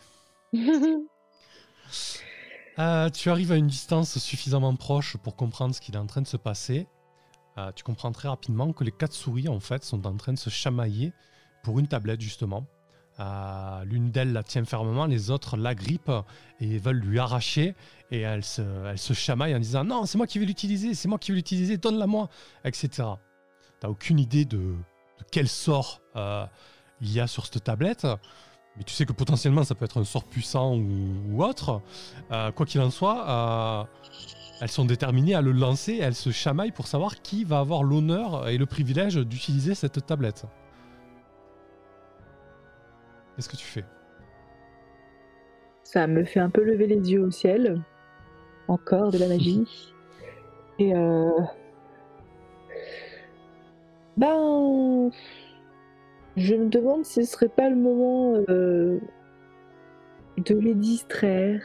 Tu arrives à une distance suffisamment proche pour comprendre ce qu'il est en train de se passer. Tu comprends très rapidement que les 4 souris, en fait, sont en train de se chamailler pour une tablette, justement. L'une d'elles la tient fermement, les autres l'agrippent et veulent lui arracher. Et elles se chamaillent en disant « Non, c'est moi qui vais l'utiliser, donne-la moi !» etc. T'as aucune idée de quel sort il y a sur cette tablette. Mais tu sais que potentiellement, ça peut être un sort puissant ou autre. Quoi qu'il en soit... elles sont déterminées à le lancer et elles se chamaillent pour savoir qui va avoir l'honneur et le privilège d'utiliser cette tablette. Qu'est-ce que tu fais? Ça me fait un peu lever les yeux au ciel. Encore de la magie. Et je me demande si ce serait pas le moment de les distraire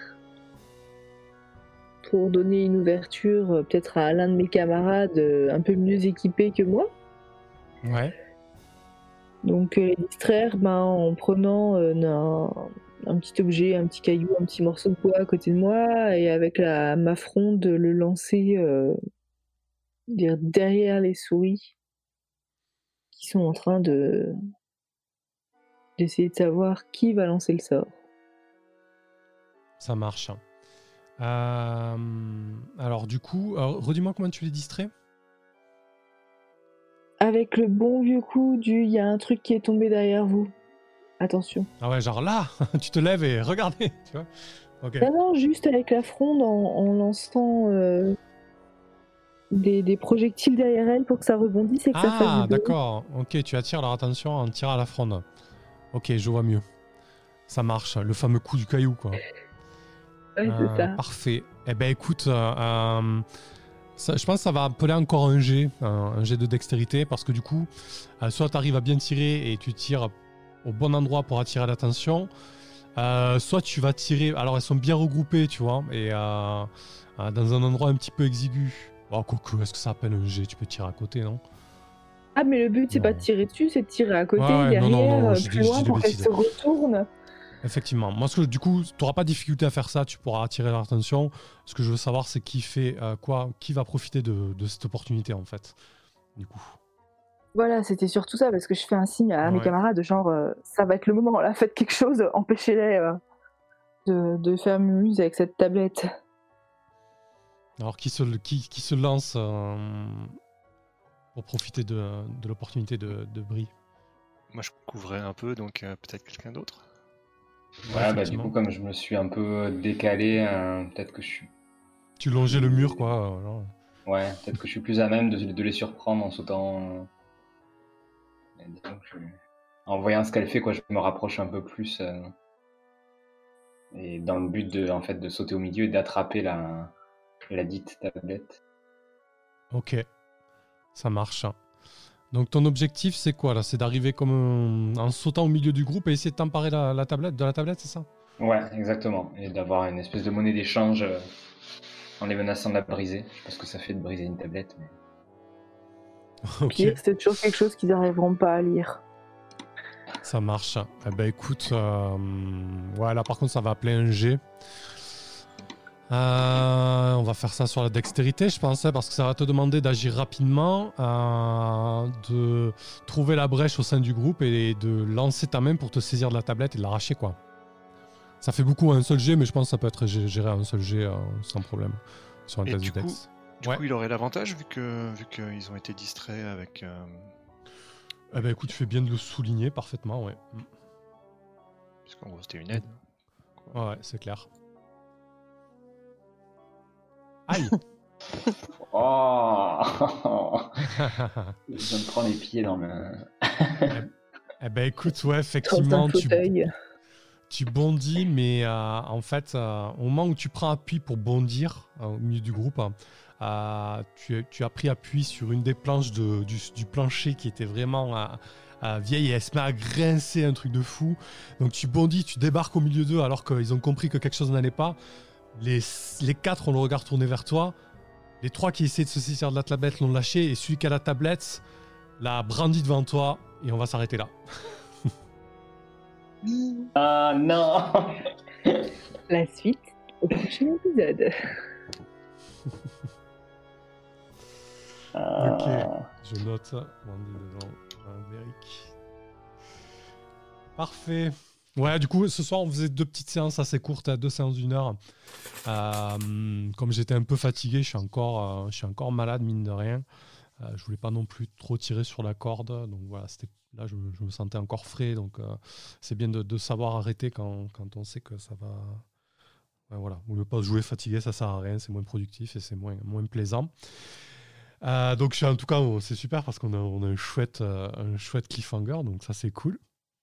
pour donner une ouverture peut-être à l'un de mes camarades un peu mieux équipé que moi. Ouais. Donc les distraire en prenant un petit objet, un petit caillou, un petit morceau de bois à côté de moi et avec ma fronde le lancer derrière les souris qui sont en train d'essayer de savoir qui va lancer le sort. Ça marche. Alors du coup, redis-moi comment tu les distrais. Avec le bon vieux coup il y a un truc qui est tombé derrière vous. Attention. Ah ouais, genre là, tu te lèves et regardez, tu vois. Ok. Non, juste avec la fronde en lançant des projectiles derrière elle pour que ça rebondisse et que ça fasse du bruit. Ah, d'accord. Ok, tu attires leur attention en tirant à la fronde. Ok, je vois mieux. Ça marche, le fameux coup du caillou, quoi. Ouais, c'est ça. Parfait. Eh ben écoute, je pense que ça va appeler encore un jet de dextérité, parce que du coup, soit tu arrives à bien tirer et tu tires au bon endroit pour attirer l'attention, soit tu vas tirer. Alors elles sont bien regroupées, tu vois, et dans un endroit un petit peu exigu. Oh, coucou, est-ce que ça appelle un jet? Tu peux tirer à côté, non? Ah, mais le but, c'est Non. pas de tirer dessus, c'est de tirer à côté, Ouais, derrière, non, je plus dis loin, des pour qu'elle bêtises. se retourne. Effectivement. Moi, du coup, tu n'auras pas de difficulté à faire ça, tu pourras attirer leur attention. Ce que je veux savoir, c'est qui fait quoi, qui va profiter de cette opportunité, en fait. Du coup. Voilà, c'était surtout ça, parce que je fais un signe à mes Ouais. camarades, genre, ça va être le moment, là, faites quelque chose, empêchez-les de faire mumuse avec cette tablette. Alors, qui se lance pour profiter de l'opportunité de Brie? Moi, je couvrais un peu, donc peut-être quelqu'un d'autre. Ouais, bah du effectivement. coup, comme je me suis un peu décalé, peut-être que je suis... Tu longeais le mur, quoi. Genre. Ouais, peut-être que je suis plus à même de les surprendre en sautant. Disons que en voyant ce qu'elle fait, quoi, je me rapproche un peu plus. Et dans le but en fait, de sauter au milieu et d'attraper la dite tablette. Ok, ça marche. Donc ton objectif, c'est quoi là? C'est d'arriver comme en sautant au milieu du groupe et essayer de t'emparer de la tablette, c'est ça? Ouais, exactement. Et d'avoir une espèce de monnaie d'échange en les menaçant de la briser. Je pense que ça fait de briser une tablette. Mais... Ok, Pire, c'est toujours quelque chose qu'ils n'arriveront pas à lire. ça marche. Eh ben écoute, ouais, là par contre ça va appeler un G. On va faire ça sur la dextérité, je pense, parce que ça va te demander d'agir rapidement, de trouver la brèche au sein du groupe et de lancer ta main pour te saisir de la tablette et de l'arracher, quoi. Ça fait beaucoup à un seul jet, mais je pense que ça peut être géré à un seul jet sans problème sur un Et test du de dex. Du coup, il aurait l'avantage vu qu'ils ont été distraits avec. Eh ben écoute, tu fais bien de le souligner parfaitement, ouais. Parce qu'en gros, c'était une aide. Ouais, c'est clair. Aïe. Oh je me prends les pieds dans le... Eh ben écoute, ouais, Dans effectivement, un fauteuil. tu bondis, mais en fait, au moment où tu prends appui pour bondir au milieu du groupe, tu as pris appui sur une des planches du plancher qui était vraiment vieille et elle se met à grincer un truc de fou. Donc tu bondis, tu débarques au milieu d'eux alors qu'ils ont compris que quelque chose n'allait pas. Les 4 ont le regard tourné vers toi. Les 3 qui essaient de se saisir de la tablette l'ont lâché et celui qui a la tablette l'a brandit devant toi et on va s'arrêter là. Ah non La suite au prochain épisode. Ok, je note ça. Parfait. Ouais, du coup, ce soir, on faisait 2 petites séances assez courtes, 2 séances d'1 heure. Comme j'étais un peu fatigué, je suis encore malade, mine de rien. Je voulais pas non plus trop tirer sur la corde. Donc voilà, là, je me sentais encore frais. Donc c'est bien de savoir arrêter quand on sait que ça va... Ouais, voilà, on ne veut pas jouer fatigué, ça sert à rien, c'est moins productif et c'est moins plaisant. Donc en tout cas, c'est super parce qu'on a un chouette cliffhanger, donc ça c'est cool.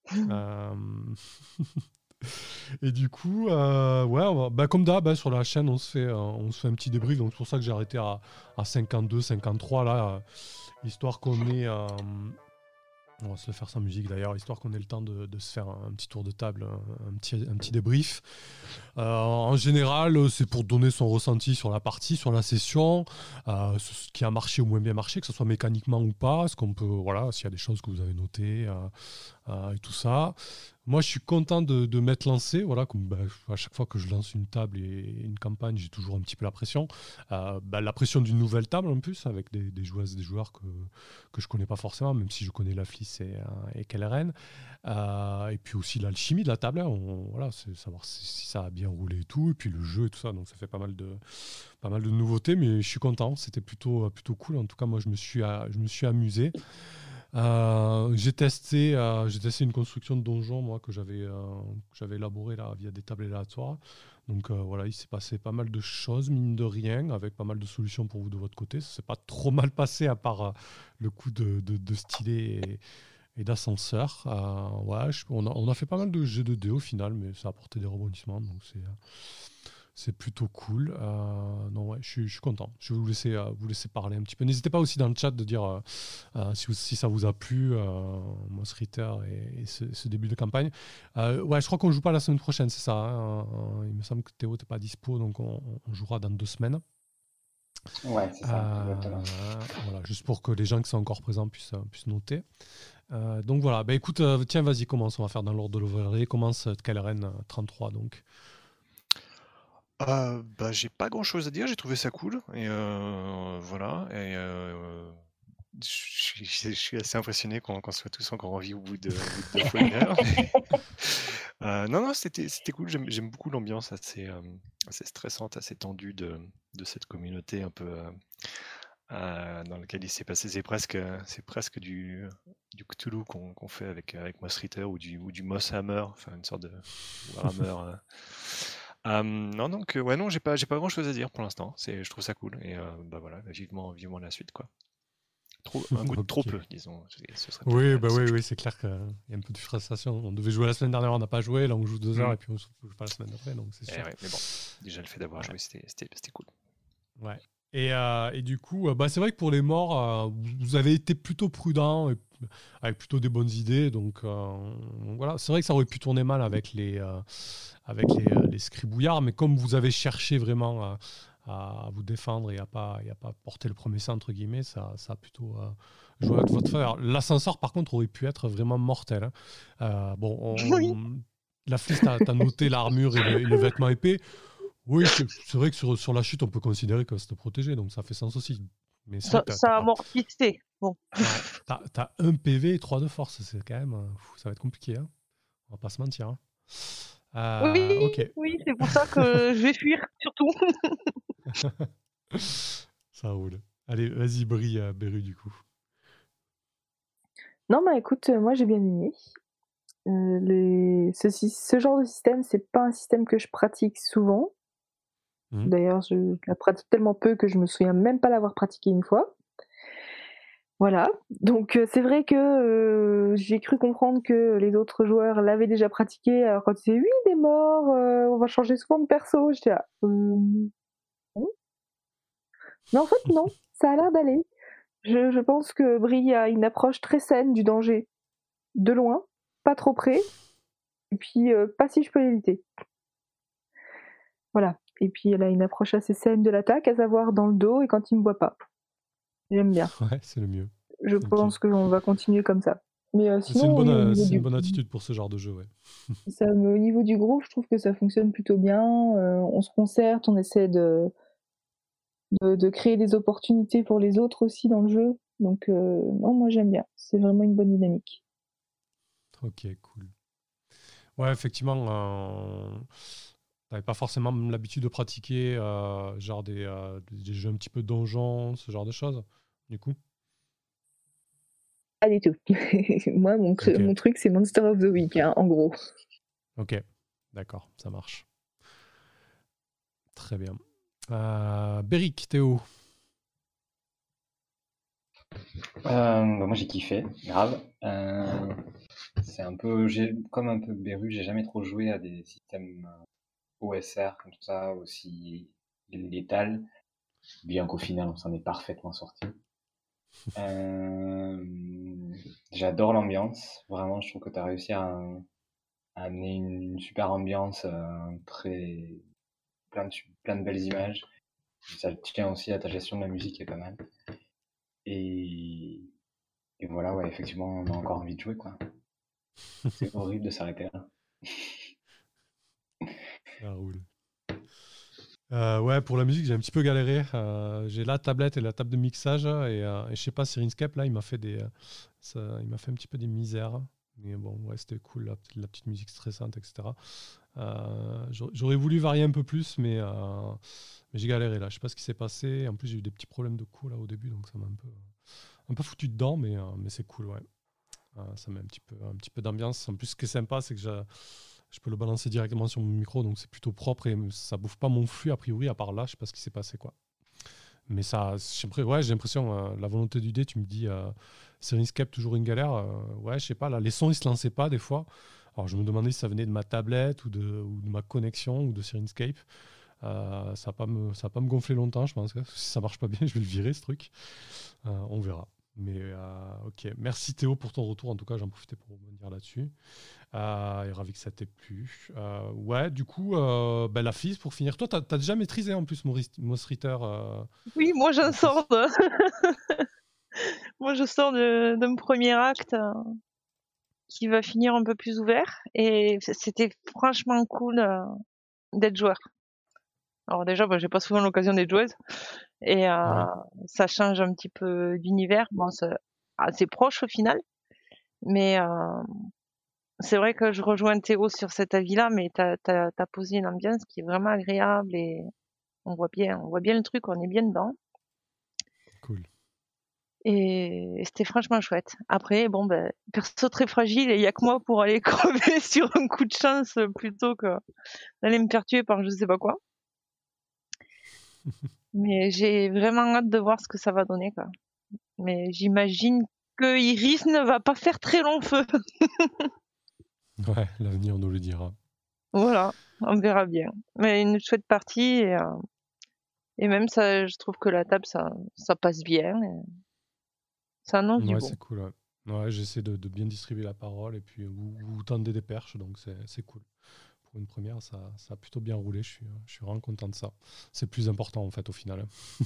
Et du coup, ouais, comme d'hab, sur la chaîne, on se fait un petit débrief. Donc c'est pour ça que j'ai arrêté à 52, 53 là, histoire qu'on ait... on va se le faire sans musique d'ailleurs, histoire qu'on ait le temps de se faire un petit tour de table, un petit débrief. En général, c'est pour donner son ressenti sur la partie, sur la session, ce qui a marché ou moins bien marché, que ce soit mécaniquement ou pas, ce qu'on peut, voilà, s'il y a des choses que vous avez notées et tout ça. Moi, je suis content de m'être lancé. Voilà, comme à chaque fois que je lance une table et une campagne, j'ai toujours un petit peu la pression. La pression d'une nouvelle table en plus, avec des joueuses et des joueurs que je connais pas forcément, même si je connais la Fliss et Kelleren. Et puis aussi l'alchimie de la table. Voilà, c'est savoir si ça a bien roulé et tout. Et puis le jeu et tout ça. Donc ça fait pas mal de nouveautés, mais je suis content. C'était plutôt cool. En tout cas, moi, je me suis amusé. J'ai testé une construction de donjon moi que j'avais élaborée là via des tables aléatoires. Donc voilà, il s'est passé pas mal de choses mine de rien, avec pas mal de solutions pour vous de votre côté. Ça s'est pas trop mal passé à part le coup de stylet et d'ascenseur. Ouais, on a fait pas mal de jets de dés au final, mais ça a apporté des rebondissements. Donc C'est plutôt cool. Non, ouais, je suis content. Je vais vous laisser parler un petit peu. N'hésitez pas aussi dans le chat de dire si ça vous a plu, Moss Ritter et ce début de campagne. Ouais, je crois qu'on joue pas la semaine prochaine, c'est ça. Hein. Il me semble que Théo n'était pas dispo, donc on jouera dans 2 semaines. Ouais, c'est ça, exactement. Voilà, juste pour que les gens qui sont encore présents puissent noter. Donc voilà, bah écoute, tiens, vas-y, commence. On va faire dans l'ordre de l'overlay. Commence Kylren 33, donc. Bah, j'ai pas grand chose à dire, j'ai trouvé ça cool. Et voilà. Et je suis assez impressionné qu'on soit tous encore en vie au bout de 2 fois 1 heure. Non, c'était cool. J'aime beaucoup l'ambiance assez stressante, assez tendue de cette communauté un peu dans laquelle il s'est passé. C'est presque du Cthulhu qu'on fait avec Moss Ritter ou du Moss Hammer, enfin une sorte de Warhammer. Non, donc ouais, non, j'ai pas grand chose à dire pour l'instant. Je trouve ça cool et bah voilà, vivement la suite quoi. Un goût de trop peu, disons. Ce serait Oui, bah oui, c'est clair qu'il y a un peu de frustration. On devait jouer la semaine dernière, on n'a pas joué. Là, on joue 2 heures et puis on ne joue pas la semaine d'après, donc c'est sûr. Ouais, mais bon, déjà le fait d'avoir joué, c'était cool. Ouais. Et du coup, bah, c'est vrai que pour les morts, vous avez été plutôt prudent, avec plutôt des bonnes idées. Donc voilà, c'est vrai que ça aurait pu tourner mal avec les scribouillards, mais comme vous avez cherché vraiment à vous défendre et à pas porter le premier sang, entre guillemets, ça a plutôt joué à votre faveur. L'ascenseur, par contre, aurait pu être vraiment mortel. Hein. La flèche, t'as noté l'armure et le vêtement épais. Oui, c'est vrai que sur la chute, on peut considérer que c'était protégé, donc ça fait sens aussi. Mais Ça a amortissé. Bon. Ouais, t'as 1 PV et 3 de force, c'est quand même. Ça va être compliqué, hein. On va pas se mentir. Hein. Oui, c'est pour ça que je vais fuir, surtout. Ça roule. Allez, vas-y, Beru, du coup. Non, bah écoute, moi j'ai bien aimé. Ce genre de système, c'est pas un système que je pratique souvent. D'ailleurs, je la pratique tellement peu que je me souviens même pas l'avoir pratiqué une fois. Voilà. Donc c'est vrai que j'ai cru comprendre que les autres joueurs l'avaient déjà pratiqué. Alors quand ils disaient oui, des morts, on va changer souvent de perso, j'étais là. Non. Mais en fait non, ça a l'air d'aller. Je pense que Brie a une approche très saine du danger, de loin, pas trop près, et puis pas si je peux l'éviter. Voilà. Et puis elle a une approche assez saine de l'attaque, à savoir dans le dos et quand il me voit pas. J'aime bien. Ouais, c'est le mieux. Je pense qu'on va continuer comme ça. Mais sinon, c'est une bonne attitude pour ce genre de jeu, ouais. Ça, au niveau du groupe, je trouve que ça fonctionne plutôt bien. On se concerte, on essaie de créer des opportunités pour les autres aussi dans le jeu. Donc non, moi j'aime bien. C'est vraiment une bonne dynamique. Ok, cool. Ouais, effectivement, t'avais pas forcément l'habitude de pratiquer genre des jeux un petit peu donjons, ce genre de choses, du coup? Pas du tout. Moi, mon truc, c'est Monster of the Week, hein, en gros. Ok, d'accord, ça marche. Très bien. Béric, Théo. Moi j'ai kiffé, grave. C'est un peu, comme un peu Beru, j'ai jamais trop joué à des systèmes OSR comme ça, aussi létal, bien qu'au final on s'en est parfaitement sorti. J'adore l'ambiance, vraiment, je trouve que tu as réussi à amener une super ambiance, plein de belles images. Ça tient aussi à ta gestion de la musique qui est pas mal. Et voilà, ouais, effectivement, on a encore envie de jouer, quoi. C'est horrible de s'arrêter là. Ça roule. Ouais, pour la musique, j'ai un petit peu galéré. J'ai la tablette et la table de mixage et je sais pas, Syrinscape, là, il m'a fait un petit peu des misères. Mais bon, ouais, c'était cool, la petite musique stressante, etc. J'aurais voulu varier un peu plus, mais j'ai galéré là. Je sais pas ce qui s'est passé. En plus, j'ai eu des petits problèmes de cou là au début, donc ça m'a un peu foutu dedans, mais c'est cool, ouais. Ça met un petit peu d'ambiance. En plus, ce qui est sympa, c'est que je peux le balancer directement sur mon micro, donc c'est plutôt propre et ça bouffe pas mon flux a priori, à part là, je sais pas ce qui s'est passé, quoi. Mais ça, ouais, j'ai l'impression, la volonté du dé, tu me dis, Syrinscape, toujours une galère. Ouais, je sais pas, là, les sons, ils se lançaient pas des fois. Alors, je me demandais si ça venait de ma tablette ou de ma connexion ou de Syrinscape. Ça va pas me gonfler longtemps, je pense. Si ça marche pas bien, je vais le virer, ce truc. On verra. Mais ok, merci Théo pour ton retour. En tout cas, j'en profitais pour rebondir là-dessus. Et ravi que ça t'ait plu. Ouais, du coup, la FIS, pour finir, toi, t'as déjà maîtrisé en plus Moss Ritter. Oui, moi j'en sors de... moi je sors d'un premier acte qui va finir un peu plus ouvert. Et c'était franchement cool d'être joueur. Alors déjà, j'ai pas souvent l'occasion d'être joueuse. Et ça change un petit peu d'univers. Bon, c'est assez proche au final. Mais c'est vrai que je rejoins Théo sur cet avis-là, mais t'as posé une ambiance qui est vraiment agréable et on voit bien le truc, on est bien dedans. Cool. Et c'était franchement chouette. Après, perso très fragile et il y a que moi pour aller crever sur un coup de chance plutôt que d'aller me faire tuer par je sais pas quoi. Mais j'ai vraiment hâte de voir ce que ça va donner, quoi. Mais j'imagine que Iris ne va pas faire très long feu. Ouais, l'avenir nous le dira. Voilà, on verra bien. Mais une chouette partie et même ça, je trouve que la table ça passe bien. Ça annonce du Ouais, bon. c'est cool. Ouais. Ouais, j'essaie de bien distribuer la parole et puis vous tendez des perches, donc c'est cool. Pour une première, ça a plutôt bien roulé. Je suis vraiment content de ça. C'est le plus important en fait au final.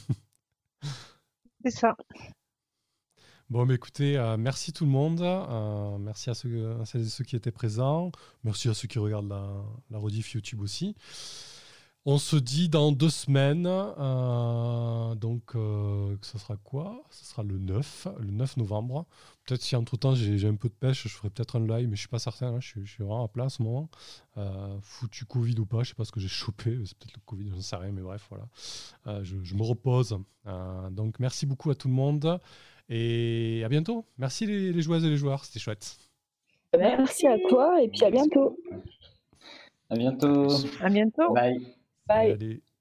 C'est ça. Bon, mais écoutez, merci tout le monde. Merci à celles et ceux qui étaient présents. Merci à ceux qui regardent la rediff YouTube aussi. On se dit dans 2 semaines. Donc, ce sera quoi? Ce sera le 9 novembre. Peut-être si entre-temps j'ai un peu de pêche, je ferai peut-être un live, mais je ne suis pas certain. Là, je suis vraiment à plat à ce moment. Foutu Covid ou pas, je ne sais pas ce que j'ai chopé. C'est peut-être le Covid, je ne sais rien, mais bref, voilà. Je me repose. Donc, merci beaucoup à tout le monde. Et à bientôt. Merci les joueuses et les joueurs, c'était chouette. Merci à toi et puis à bientôt. À bientôt. À bientôt. Bye. Bye. Allez.